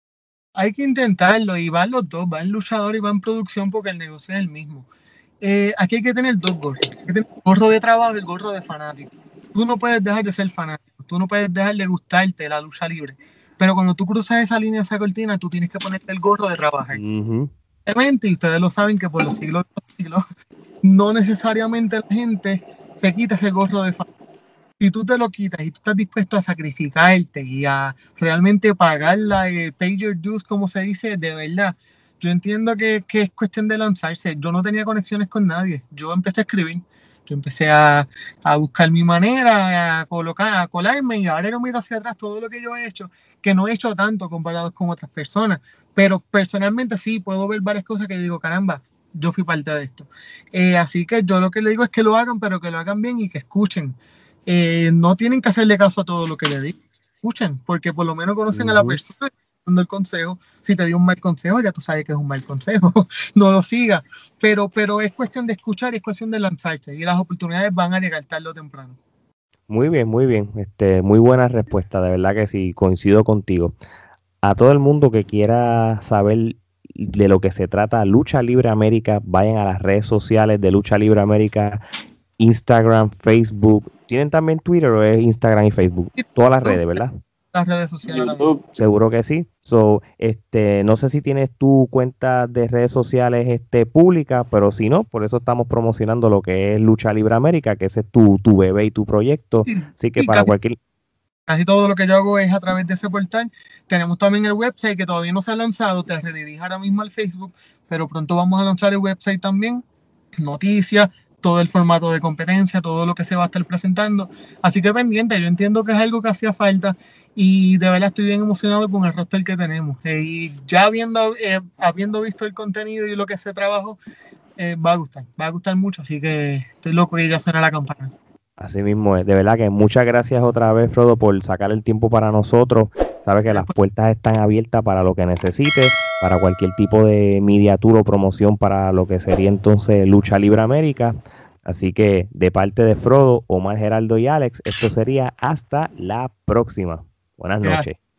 Hay que intentarlo y van los dos, van luchador y van producción porque el negocio es el mismo. Eh, aquí hay que tener dos gorros, hay que tener el gorro de trabajo y el gorro de fanático. Tú no puedes dejar de ser fanático, tú no puedes dejar de gustarte la lucha libre, pero cuando tú cruzas esa línea, esa cortina, tú tienes que ponerte el gorro de trabajar. Uh-huh. Obviamente, y ustedes lo saben que por los siglos de los siglos, no necesariamente la gente te quita ese gorro de fanático. Si tú te lo quitas y tú estás dispuesto a sacrificarte y a realmente pagar la eh, pay your dues, como se dice, de verdad, yo entiendo que, que es cuestión de lanzarse. Yo no tenía conexiones con nadie. Yo empecé a escribir. Yo empecé a, a buscar mi manera, a colocar, a colarme, y ahora yo miro hacia atrás todo lo que yo he hecho, que no he hecho tanto comparado con otras personas. Pero personalmente sí, puedo ver varias cosas que digo, caramba, yo fui parte de esto. Eh, así que yo lo que le digo es que lo hagan, pero que lo hagan bien y que escuchen. Eh, no tienen que hacerle caso a todo lo que le digo. Escuchen, porque por lo menos conocen uh-huh. a la persona dando el consejo. Si te dio un mal consejo, ya tú sabes que es un mal consejo. No lo sigas. Pero, pero es cuestión de escuchar y es cuestión de lanzarse. Y las oportunidades van a llegar tarde o temprano. Muy bien, muy bien. Este, muy buena respuesta. De verdad que sí, coincido contigo. A todo el mundo que quiera saber de lo que se trata Lucha Libre América, vayan a las redes sociales de Lucha Libre América, Instagram, Facebook. ¿Tienen también Twitter o es Instagram y Facebook? Todas las redes, ¿verdad? Las redes sociales. YouTube. Seguro que sí. So, este, no sé si tienes tu cuenta de redes sociales este, pública, pero si no, por eso estamos promocionando lo que es Lucha Libre América, que ese es tu, tu bebé y tu proyecto. Sí, Así que sí, para casi, cualquier... Casi todo lo que yo hago es a través de ese portal. Tenemos también el website que todavía no se ha lanzado. Te redirijo ahora mismo al Facebook, pero pronto vamos a lanzar el website también. Noticias, todo el formato de competencia, todo lo que se va a estar presentando. Así que pendiente, yo entiendo que es algo que hacía falta y de verdad estoy bien emocionado con el roster que tenemos. Eh, y ya habiendo, eh, habiendo visto el contenido y lo que se trabajó, eh, va a gustar, va a gustar mucho. Así que estoy loco y ya suena la campana. Así mismo es. De verdad que muchas gracias otra vez, Frodo, por sacar el tiempo para nosotros. Sabes que las puertas están abiertas para lo que necesites, para cualquier tipo de media tour o promoción para lo que sería entonces Lucha Libre América. Así que de parte de Frodo, Omar, Geraldo y Alex, esto sería hasta la próxima. Buenas noches.